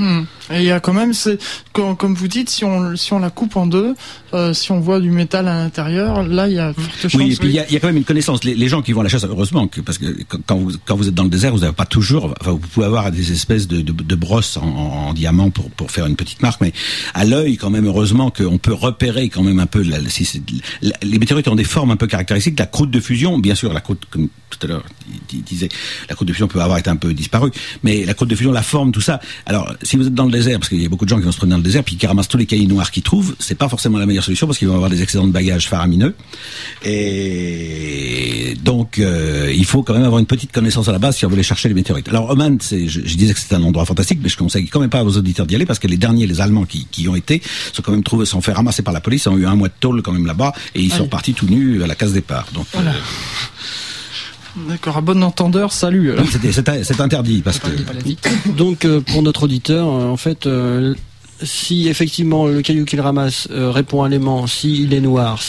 Et il y a quand même, comme vous dites, si on la coupe en deux, si on voit du métal à l'intérieur, là il y a forte chance. Oui, et puis il y a quand même une connaissance. Les gens qui vont à la chasse, heureusement, parce que quand vous êtes dans le désert, vous n'avez pas toujours. Enfin, vous pouvez avoir des espèces de brosses en diamant pour faire une petite marque, mais à l'œil, quand même, heureusement qu'on peut repérer quand même un peu. Les météorites ont des formes un peu caractéristiques. La croûte de fusion, bien sûr, la croûte, comme tout à l'heure il disait, la croûte de fusion peut avoir été un peu disparue, mais la croûte de fusion, la forme, tout ça. Alors, si vous êtes dans le désert, parce qu'il y a beaucoup de gens qui vont se prendre dans le désert puis qui ramassent tous les cailloux noirs qu'ils trouvent, c'est pas forcément la meilleure solution parce qu'ils vont avoir des excédents de bagages faramineux. Et donc, il faut quand même avoir une petite connaissance à la base si on veut aller chercher les météorites. Alors, Oman, je disais que c'était un endroit fantastique, mais je conseille quand même pas à vos auditeurs d'y aller parce que les derniers, les Allemands qui y ont été, sont fait ramasser par la police, ont eu un mois de tôle quand même là-bas et ils sont repartis tout nus à la case départ. Donc, voilà. D'accord, à bon entendeur, salut. C'est interdit parce que. Donc pour notre auditeur, en fait, si effectivement le caillou qu'il ramasse répond à l'aimant, s'il est noir,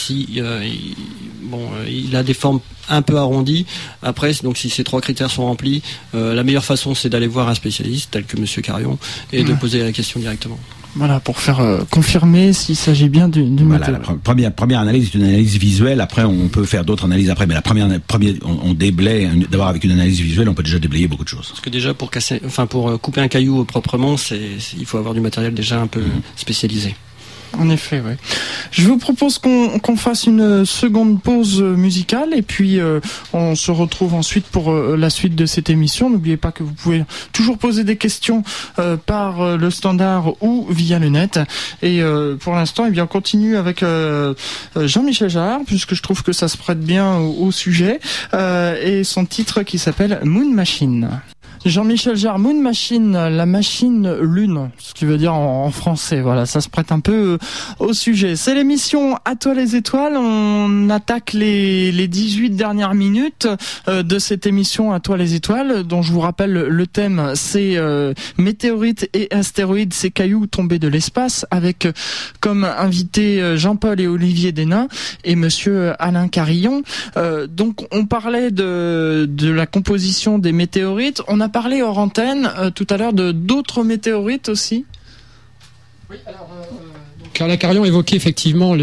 il a des formes un peu arrondies. Après, donc si ces trois critères sont remplis, la meilleure façon c'est d'aller voir un spécialiste tel que Monsieur Carion et de poser la question directement. Voilà, pour faire confirmer s'il s'agit bien d'une météorite. La première analyse est une analyse visuelle. Après, on peut faire d'autres analyses après, mais la première on déblaye. D'abord, avec une analyse visuelle, on peut déjà déblayer beaucoup de choses. Parce que déjà, pour couper un caillou proprement, il faut avoir du matériel déjà un peu spécialisé. En effet, ouais. Je vous propose qu'on fasse une seconde pause musicale et puis on se retrouve ensuite pour la suite de cette émission. N'oubliez pas que vous pouvez toujours poser des questions par le standard ou via le net. Et pour l'instant, on continue avec Jean-Michel Jarre, puisque je trouve que ça se prête bien au sujet, et son titre qui s'appelle Moon Machine. Jean-Michel Jarre, Moon Machine, la machine lune, ce qui veut dire en français. Voilà, ça se prête un peu au sujet. C'est l'émission À toi les étoiles. On attaque les 18 dernières minutes de cette émission À toi les étoiles, dont je vous rappelle le thème, c'est météorites et astéroïdes, ces cailloux tombés de l'espace, avec comme invité Jean-Paul et Olivier Desnains et Monsieur Alain Carillon. Donc on parlait de la composition des météorites. On a parlé hors antenne tout à l'heure de d'autres météorites aussi. Oui, alors Alain Carion évoquait effectivement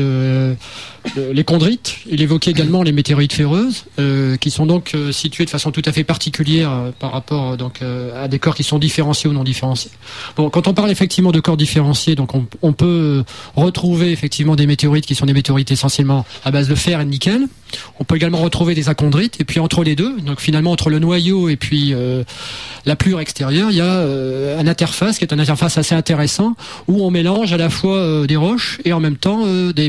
les chondrites. Il évoquait également les météorites ferreuses, qui sont donc situées de façon tout à fait particulière par rapport à des corps qui sont différenciés ou non différenciés. Bon, quand on parle effectivement de corps différenciés, donc on peut retrouver effectivement des météorites qui sont des météorites essentiellement à base de fer et de nickel. On peut également retrouver des achondrites, et puis entre les deux, donc finalement entre le noyau et puis la plure extérieure, il y a une interface qui est une interface assez intéressant où on mélange à la fois des roches et en même temps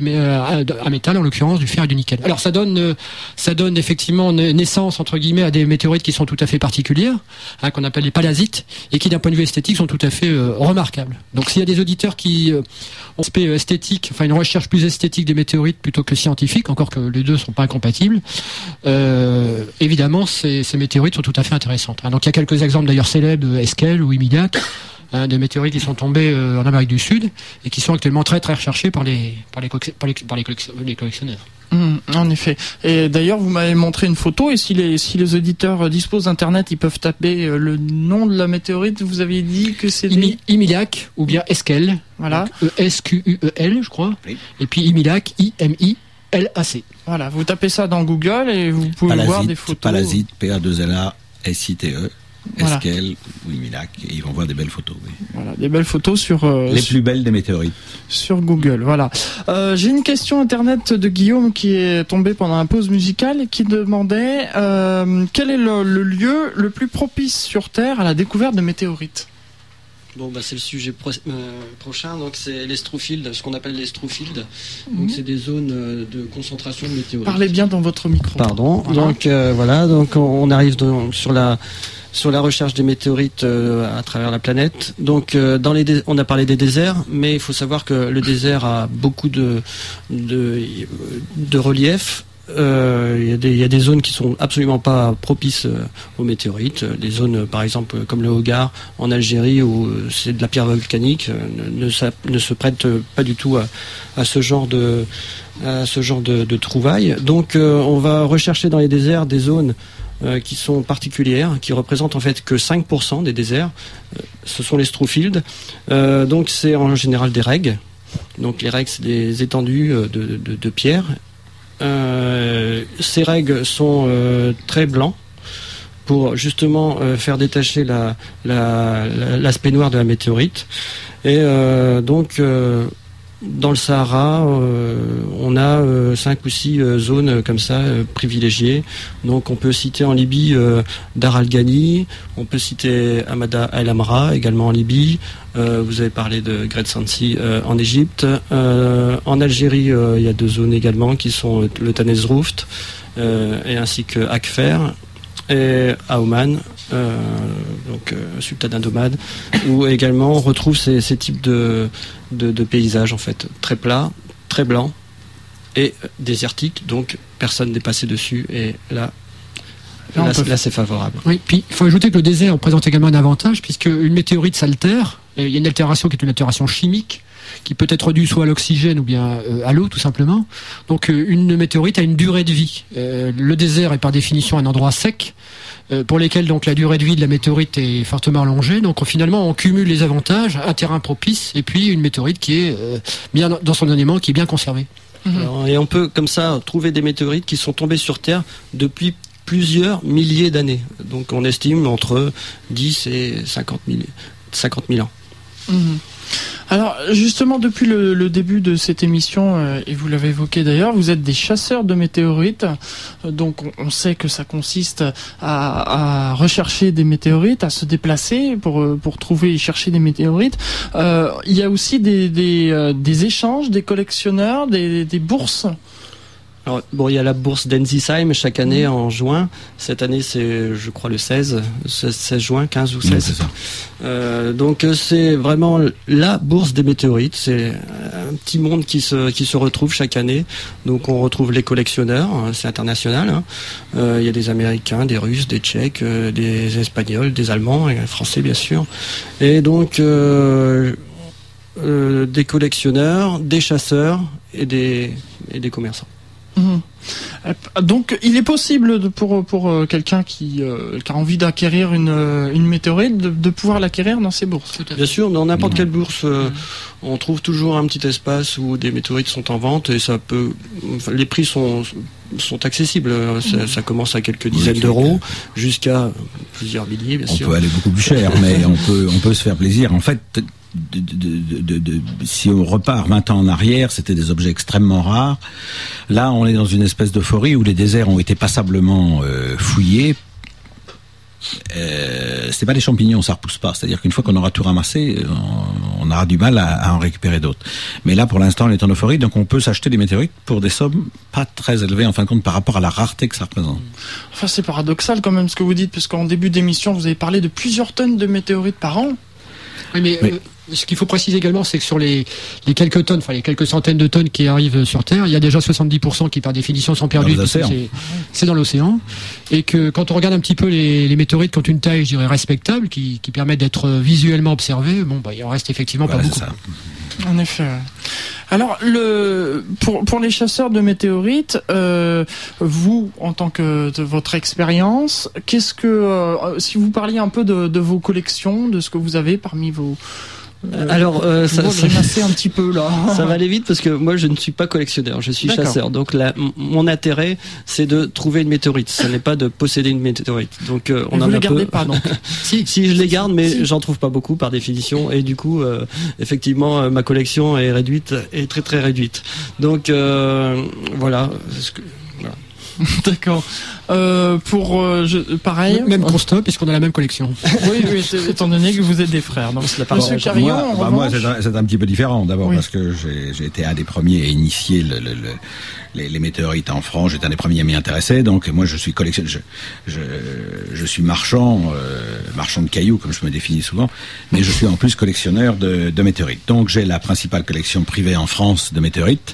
un métal, en l'occurrence du fer et du nickel. Alors ça donne effectivement naissance entre guillemets à des météorites qui sont tout à fait particulières, qu'on appelle les palasites, et qui d'un point de vue esthétique sont tout à fait remarquables. Donc s'il y a des auditeurs qui ont un aspect esthétique, enfin une recherche plus esthétique des météorites plutôt que scientifique, encore que les deux sont pas incompatibles, évidemment ces météorites sont tout à fait intéressantes. Donc il y a quelques exemples d'ailleurs célèbres, Esquel ou Imidiak, des météorites qui sont tombés en Amérique du Sud et qui sont actuellement très très recherchés par les collectionneurs. En effet. Et d'ailleurs, vous m'avez montré une photo, et si les auditeurs disposent d'internet, ils peuvent taper le nom de la météorite. Vous aviez dit que c'est Imidiak ou bien Esquel. Voilà. Esquel, je crois. Oui. Et puis Imidiak, IMILAC. Voilà. Vous tapez ça dans Google et vous pouvez voir des photos. Palasite, PA2LA-SITE. Voilà. Esquel ou Imidiak, et ils vont voir des belles photos. Oui. Voilà, des belles photos sur les plus belles des météorites sur Google. Voilà. J'ai une question internet de Guillaume qui est tombée pendant la pause musicale et qui demandait quel est le lieu le plus propice sur Terre à la découverte de météorites. Bon, c'est le sujet prochain. Donc c'est les Strufields, ce qu'on appelle les Strufields. Donc c'est des zones de concentration de météorites. Parlez bien dans votre micro. Pardon. Voilà. Donc on arrive sur la recherche des météorites à travers la planète. Donc on a parlé des déserts, mais il faut savoir que le désert a beaucoup de relief. Il y a des zones qui sont absolument pas propices aux météorites. Des zones, par exemple, comme le Hogar en Algérie, où c'est de la pierre volcanique, ne se prêtent pas du tout à ce genre de trouvailles. Donc, on va rechercher dans les déserts des zones qui sont particulières, qui représentent en fait que 5% des déserts. Ce sont les Strufields. Donc, c'est en général des règues. Donc, les règues, c'est des étendues de pierre. Ces règues sont très blancs pour justement faire détacher l'aspect noir de la météorite. Et donc dans le Sahara, on a 5 ou 6 zones comme ça privilégiées. Donc on peut citer en Libye Dar al-Ghani, on peut citer Hamada el-Amra également en Libye. Vous avez parlé de Great Sansi en Égypte. En Algérie, il y a 2 zones également qui sont le Tanezrouft et ainsi que Akfer, et à Oman, Sultanat d'Oman, où également on retrouve ces types de paysages en fait, très plats, très blancs et désertiques, donc personne n'est passé dessus, et là c'est favorable. Oui, puis il faut ajouter que le désert présente également un avantage, puisque une météorite s'altère, et il y a une altération qui est une altération chimique, qui peut être due soit à l'oxygène ou bien à l'eau tout simplement. Donc une météorite a une durée de vie. Le désert est par définition un endroit sec, pour lesquels donc la durée de vie de la météorite est fortement allongée. Donc finalement on cumule les avantages, un terrain propice et puis une météorite qui est bien dans son élément, qui est bien conservée. Alors, et on peut comme ça trouver des météorites qui sont tombées sur Terre depuis plusieurs milliers d'années. Donc on estime entre 10 et 50 000 ans. Alors justement, depuis le début de cette émission, et vous l'avez évoqué d'ailleurs, vous êtes des chasseurs de météorites. Donc on sait que ça consiste à rechercher des météorites, à se déplacer pour trouver et chercher des météorites. Il y a aussi des échanges, des collectionneurs, des bourses. Alors, il y a la bourse d'Ensisheim chaque année en juin. Cette année, c'est, je crois, le 16 juin, 15 ou 16. C'est ça. Donc, c'est vraiment la bourse des météorites. C'est un petit monde qui se retrouve chaque année. Donc, on retrouve les collectionneurs. C'est international. Il y a des Américains, des Russes, des Tchèques, des Espagnols, des Allemands, et des Français, bien sûr. Et donc, des collectionneurs, des chasseurs et des commerçants. Donc, il est possible pour quelqu'un qui a envie d'acquérir une météorite de pouvoir l'acquérir dans ces bourses. Bien sûr, dans n'importe quelle bourse, on trouve toujours un petit espace où des météorites sont en vente et les prix sont accessibles. Ça commence à quelques dizaines d'euros jusqu'à plusieurs milliers, bien sûr. On peut aller beaucoup plus cher, mais on peut se faire plaisir. En fait, si on repart 20 ans en arrière, c'était des objets extrêmement rares. Là, on est dans une espèce d'euphorie où les déserts ont été passablement fouillés. C'est pas des champignons, ça repousse pas. C'est-à-dire qu'une fois qu'on aura tout ramassé, on aura du mal à en récupérer d'autres. Mais là, pour l'instant, on est en euphorie, donc on peut s'acheter des météorites pour des sommes pas très élevées, en fin de compte, par rapport à la rareté que ça représente. Enfin, c'est paradoxal quand même ce que vous dites, parce qu'en début d'émission, vous avez parlé de plusieurs tonnes de météorites par an. Oui, mais ce qu'il faut préciser également, c'est que sur les quelques tonnes, enfin les quelques centaines de tonnes qui arrivent sur Terre, il y a déjà 70% qui par définition sont perdus. C'est dans l'océan. Et que quand on regarde un petit peu les météorites qui ont une taille, je dirais, respectable, qui permettent d'être visuellement observées, il en reste effectivement pas beaucoup. En effet. Alors, pour les chasseurs de météorites, vous, en tant que de votre expérience, si vous parliez un peu de vos collections, de ce que vous avez parmi vos... Alors, ça un petit peu là. Ça va aller vite parce que moi je ne suis pas collectionneur, je suis chasseur. Donc mon intérêt c'est de trouver une météorite. Ce n'est pas de posséder une météorite. Donc on en a les gardez pas donc. Si je les garde, mais j'en trouve pas beaucoup par définition et du coup effectivement ma collection est très très réduite. Donc voilà. D'accord. Pareil. Même constat, puisqu'on a la même collection. Oui, étant donné que vous êtes des frères. Donc, Monsieur Carillon, moi, c'est un petit peu différent. D'abord, parce que j'ai été un des premiers à initier les météorites en France. J'étais un des premiers à m'y intéresser. Donc, moi, je suis collectionneur. Je suis marchand de cailloux, comme je me définis souvent. Mais je suis en plus collectionneur de météorites. Donc, j'ai la principale collection privée en France de météorites.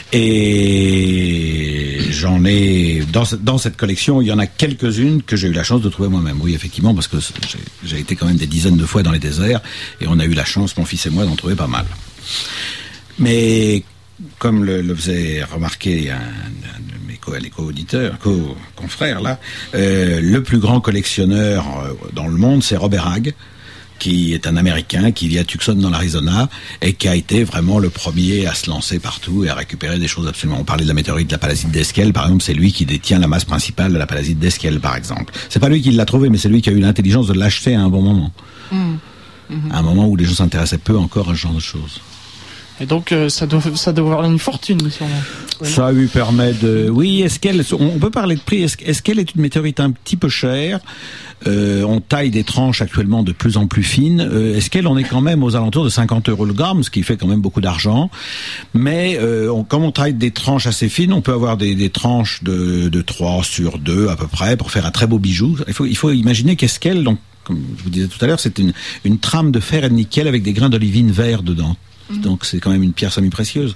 Et j'en ai dans cette collection, il y en a quelques-unes que j'ai eu la chance de trouver moi-même. Oui, effectivement, parce que j'ai été quand même des dizaines de fois dans les déserts et on a eu la chance, mon fils et moi, d'en trouver pas mal. Mais comme le faisait remarquer un de mes co-auditeurs, co-confrères là, le plus grand collectionneur dans le monde, c'est Robert Hagg, qui est un Américain qui vit à Tucson dans l'Arizona et qui a été vraiment le premier à se lancer partout et à récupérer des choses absolument. On parlait de la météorite de la palasite d'Esquel, par exemple, c'est lui qui détient la masse principale de la palasite d'Esquel, par exemple. C'est pas lui qui l'a trouvé, mais c'est lui qui a eu l'intelligence de l'acheter à un bon moment. À un moment où les gens s'intéressaient peu encore à ce genre de choses. Et donc, ça doit avoir une fortune, sûrement. Ça lui permet de... Oui, on peut parler de prix. Esquel est une météorite un petit peu chère. On taille des tranches actuellement de plus en plus fines. Esquel, on est quand même aux alentours de 50 € le gramme, ce qui fait quand même beaucoup d'argent. Mais comme on taille des tranches assez fines, on peut avoir des tranches de 3 sur 2 à peu près pour faire un très beau bijou. Il faut imaginer qu'Esquel, donc, comme je vous disais tout à l'heure, c'est une trame de fer et de nickel avec des grains d'olivine vert dedans. Donc c'est quand même une pierre semi-précieuse.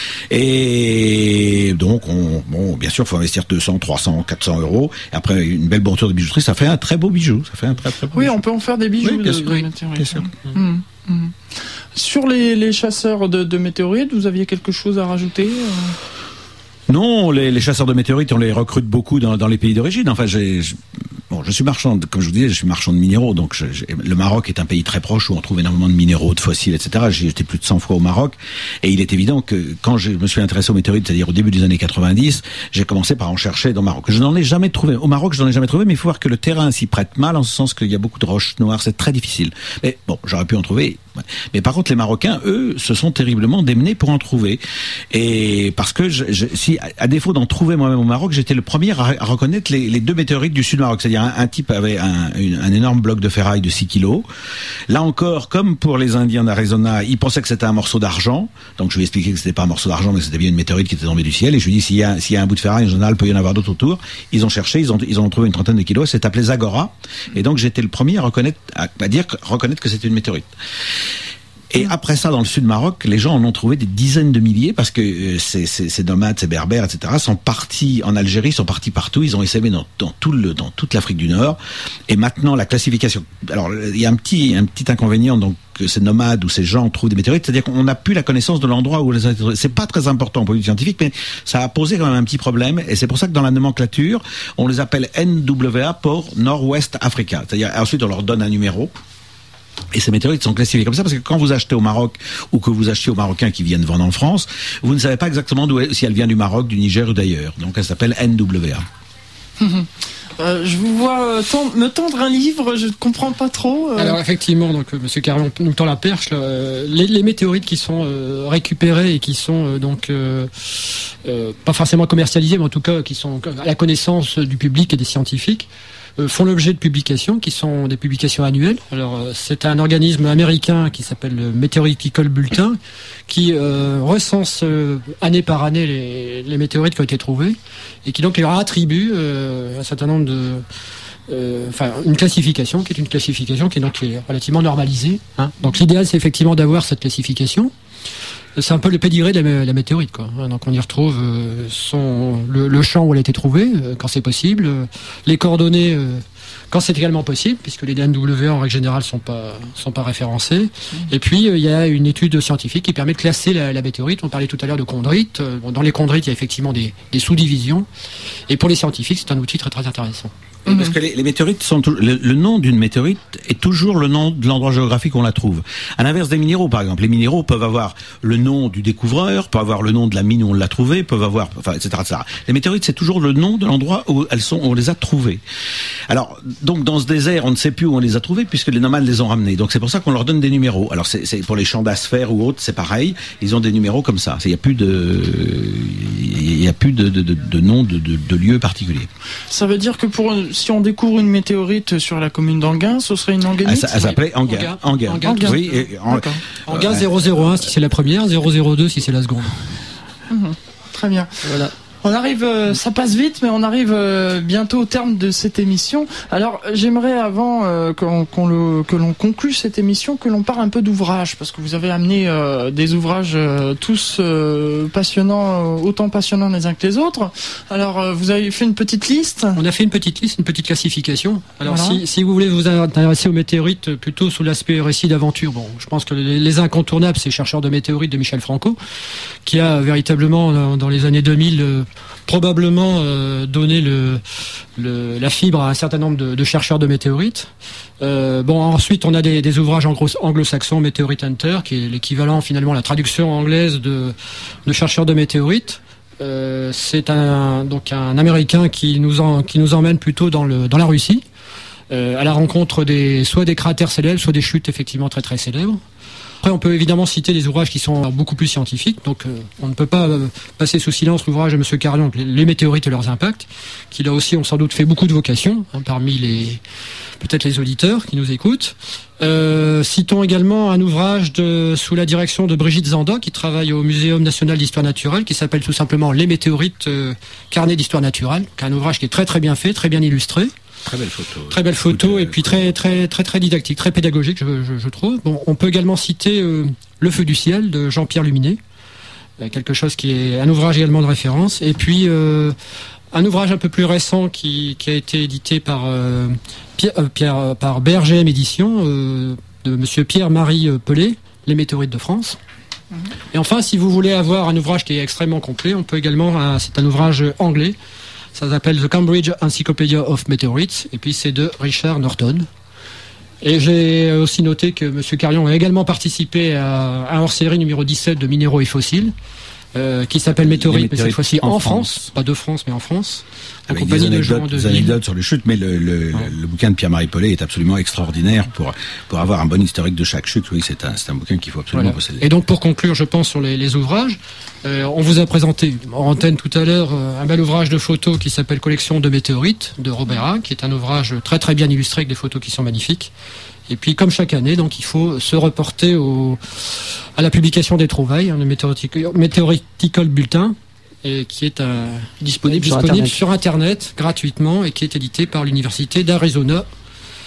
Et donc, bien sûr, il faut investir 200, 300, 400 €. Et après, une belle bordure de bijouterie, ça fait un très beau bijou. Ça fait un très, très beau bijou. On peut en faire des bijoux bien sûr. Sur les chasseurs de météorites, vous aviez quelque chose à rajouter Non, les chasseurs de météorites, on les recrute beaucoup dans les pays d'origine. Enfin, je suis marchand, comme je vous disais, je suis marchand de minéraux. Donc, le Maroc est un pays très proche où on trouve énormément de minéraux, de fossiles, etc. J'ai été plus de 100 fois au Maroc. Et il est évident que quand je me suis intéressé aux météorites, c'est-à-dire au début des années 90, j'ai commencé par en chercher dans le Maroc. Je n'en ai jamais trouvé. Au Maroc, je n'en ai jamais trouvé, mais il faut voir que le terrain s'y prête mal, en ce sens qu'il y a beaucoup de roches noires. C'est très difficile. Mais bon, j'aurais pu en trouver. Mais par contre, les Marocains, eux, se sont terriblement démenés pour en trouver. Et parce que si, à défaut d'en trouver moi-même au Maroc, j'étais le premier à reconnaître les deux météorites du sud Maroc. C'est-à-dire un type avait un énorme bloc de ferraille de 6 kilos. Là encore, comme pour les Indiens d'Arizona, ils pensaient que c'était un morceau d'argent. Donc je lui ai expliqué que c'était pas un morceau d'argent, mais que c'était bien une météorite qui était tombée du ciel. Et je lui ai dit, s'il y a un bout de ferraille, en général, il peut y en avoir d'autres autour. Ils ont cherché, ils ont trouvé une trentaine de kilos. C'est appelé Zagora. Et donc j'étais le premier à reconnaître que c'était une météorite. Et après ça, dans le sud Maroc, les gens en ont trouvé des dizaines de milliers parce que ces nomades, ces berbères, etc., sont partis en Algérie, sont partis partout. Ils ont essaimé dans toute l'Afrique du Nord. Et maintenant, la classification. Alors, il y a un petit inconvénient, donc, que ces nomades ou ces gens trouvent des météorites, c'est-à-dire qu'on n'a plus la connaissance de l'endroit où c'est pas très important pour les scientifiques, mais ça a posé quand même un petit problème, et c'est pour ça que dans la nomenclature, on les appelle NWA pour Nord-Ouest Africa. C'est-à-dire, ensuite, on leur donne un numéro. Et ces météorites sont classifiées comme ça parce que quand vous achetez au Maroc ou que vous achetez aux Marocains qui viennent vendre en France, vous ne savez pas exactement si elle vient du Maroc, du Niger ou d'ailleurs. Donc elle s'appelle NWA. Je vous vois me tendre un livre, je ne comprends pas trop. Alors effectivement, donc Monsieur Carillon nous tend la perche. Les météorites qui sont récupérées et qui sont pas forcément commercialisées, mais en tout cas qui sont à la connaissance du public et des scientifiques, font l'objet de publications qui sont des publications annuelles. Alors c'est un organisme américain qui s'appelle le Meteoritical Bulletin qui recense année par année les météorites qui ont été trouvées et qui donc leur attribue un certain nombre une classification qui est donc relativement normalisée. Donc l'idéal c'est effectivement d'avoir cette classification. C'est un peu le pédigré de la météorite, quoi. Donc on y retrouve le champ où elle a été trouvée, quand c'est possible, les coordonnées quand c'est également possible, puisque les DNWA en règle générale sont pas référencés. Et puis il y a une étude scientifique qui permet de classer la météorite. On parlait tout à l'heure de chondrites. Dans les chondrites, il y a effectivement des sous-divisions. Et pour les scientifiques, c'est un outil très très intéressant. Parce que les météorites sont le nom d'une météorite est toujours le nom de l'endroit géographique où on la trouve. À l'inverse des minéraux, par exemple, les minéraux peuvent avoir le nom du découvreur, peuvent avoir le nom de la mine où on l'a trouvée, peuvent avoir, etc., etc. Les météorites, c'est toujours le nom de l'endroit où on les a trouvées. Alors, donc dans ce désert, on ne sait plus où on les a trouvées puisque les nomades les ont ramenées. Donc c'est pour ça qu'on leur donne des numéros. Alors c'est pour les champs d'asphères ou autres, c'est pareil. Ils ont des numéros comme ça. Il n'y a plus de nom de lieu particulier. Ça veut dire que si on découvre une météorite sur la commune d'Anguin, ce serait une anguinite. Elle s'appelait Anguin. Oui, Anguin 001 si c'est la première, 002 si c'est la seconde. Très bien. Voilà. On arrive, ça passe vite, mais on arrive bientôt au terme de cette émission. Alors, j'aimerais avant que l'on conclue cette émission, que l'on parle un peu d'ouvrages, parce que vous avez amené des ouvrages tous passionnants, autant passionnants les uns que les autres. Alors, vous avez fait une petite liste. On a fait une petite liste, une petite classification. Alors, voilà. si vous voulez vous intéresser aux météorites plutôt sous l'aspect récit d'aventure, bon, je pense que les incontournables, c'est Chercheurs de météorites de Michel Franco, qui a véritablement dans les années 2000 probablement donné la fibre à un certain nombre de chercheurs de météorites. Ensuite, on a des ouvrages anglo-saxons, Meteorite Hunter, qui est l'équivalent finalement, la traduction anglaise de chercheurs de météorites. C'est un Américain qui nous emmène plutôt dans la Russie, à la rencontre soit des cratères célèbres, soit des chutes effectivement très très célèbres. Après, on peut évidemment citer des ouvrages qui sont beaucoup plus scientifiques. Donc, on ne peut pas passer sous silence l'ouvrage de M. Carillon, Les météorites et leurs impacts, qui là aussi ont sans doute fait beaucoup de vocations, parmi peut-être les auditeurs qui nous écoutent. Citons également un ouvrage sous la direction de Brigitte Zanda, qui travaille au Muséum national d'histoire naturelle, qui s'appelle tout simplement Les météorites, carnet d'histoire naturelle, qui est un ouvrage qui est très très bien fait, très bien illustré. Très belle photo. Très belle photo et puis très très très très didactique, très pédagogique, je trouve. Bon, on peut également citer Le feu du ciel de Jean-Pierre Luminet, quelque chose qui est un ouvrage également de référence. Et puis un ouvrage un peu plus récent qui a été édité par BRGM Éditions de Monsieur Pierre-Marie Pelé, Les météorites de France. Et enfin, si vous voulez avoir un ouvrage qui est extrêmement complet, on peut également, c'est un ouvrage anglais. Ça s'appelle The Cambridge Encyclopedia of Meteorites, et puis c'est de Richard Norton. Et j'ai aussi noté que M. Carillon a également participé à un hors-série numéro 17 de Minéraux et Fossiles, qui s'appelle Météorites, mais cette fois-ci en France, pas de France, mais en France. Avec des anecdotes sur les chutes, mais le bouquin de Pierre-Marie Pelé est absolument extraordinaire pour avoir un bon historique de chaque chute. Oui, c'est un bouquin qu'il faut absolument posséder. Et donc, pour conclure, je pense sur les ouvrages, on vous a présenté en antenne tout à l'heure un bel ouvrage de photos qui s'appelle Collection de météorites de Robert A, qui est un ouvrage très très bien illustré avec des photos qui sont magnifiques. Et puis, comme chaque année, donc, il faut se reporter à la publication des trouvailles, le Meteoritical Bulletin, et qui est disponible sur Internet gratuitement et qui est édité par l'Université d'Arizona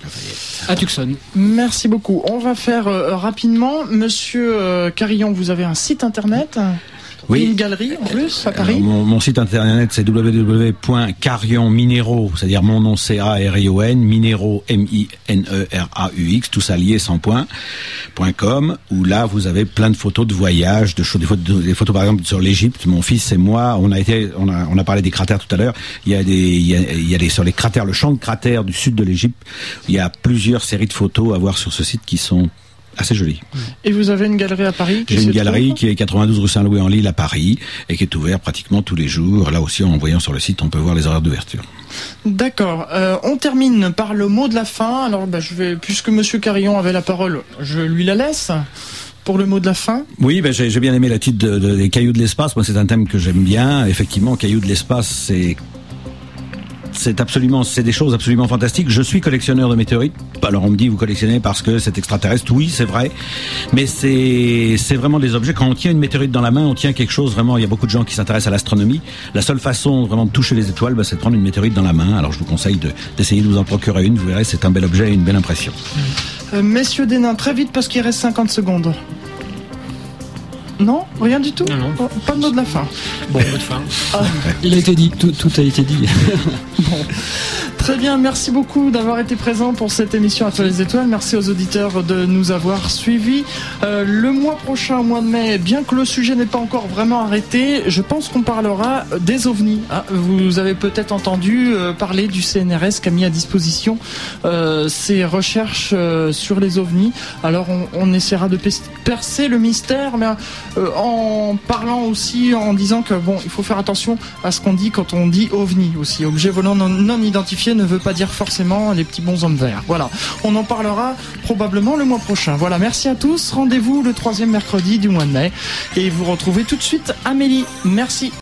À Tucson. Merci beaucoup. On va faire rapidement. Monsieur Carillon, vous avez un site internet ? Oui. Une galerie en plus à Paris. Mon site internet c'est www.carionminero, c'est-à-dire mon nom CARION, Minero MINERAUX, tout ça lié sans point, .com, où là vous avez plein de photos de voyages, des photos par exemple sur l'Égypte. Mon fils et moi, on a parlé des cratères tout à l'heure. Il y a des sur les cratères, le champ de cratères du sud de l'Égypte. Il y a plusieurs séries de photos à voir sur ce site qui sont assez joli. Et vous avez une galerie à Paris? J'ai une galerie qui est 92 rue Saint-Louis-en-Lille à Paris et qui est ouverte pratiquement tous les jours. Là aussi, en voyant sur le site, on peut voir les horaires d'ouverture. D'accord. On termine par le mot de la fin. Alors, puisque Monsieur Carillon avait la parole, je lui la laisse. Pour le mot de la fin. Oui, j'ai bien aimé la titre des Cailloux de l'espace. Moi, c'est un thème que j'aime bien. Effectivement, Cailloux de l'espace, c'est des choses absolument fantastiques. Je suis collectionneur de météorites. Alors on me dit vous collectionnez parce que c'est extraterrestre. Oui, c'est vrai. Mais c'est vraiment des objets. Quand on tient une météorite dans la main, on tient quelque chose vraiment. Il y a beaucoup de gens qui s'intéressent à l'astronomie. La seule façon vraiment de toucher les étoiles, c'est de prendre une météorite dans la main. Alors je vous conseille d'essayer de vous en procurer une. Vous verrez, c'est un bel objet et une belle impression. Messieurs des nains, très vite parce qu'il reste 50 secondes. Non, rien du tout. Non. Pas de mot de la fin. Bon, mot de fin. Il a été dit, tout a été dit. Bon. Très bien, merci beaucoup d'avoir été présent pour cette émission à toi les étoiles. Merci aux auditeurs de nous avoir suivis. Le mois prochain, au mois de mai, bien que le sujet n'est pas encore vraiment arrêté, je pense qu'on parlera des ovnis. Vous avez peut-être entendu parler du CNRS qui a mis à disposition ses recherches sur les ovnis. Alors on essaiera de percer le mystère, mais en parlant aussi, en disant que il faut faire attention à ce qu'on dit quand on dit ovni aussi. Objet volant non identifié ne veut pas dire forcément les petits bonshommes verts. Voilà, on en parlera probablement le mois prochain. Voilà, merci à tous. Rendez-vous le 3e mercredi du mois de mai. Et vous retrouvez tout de suite Amélie. Merci.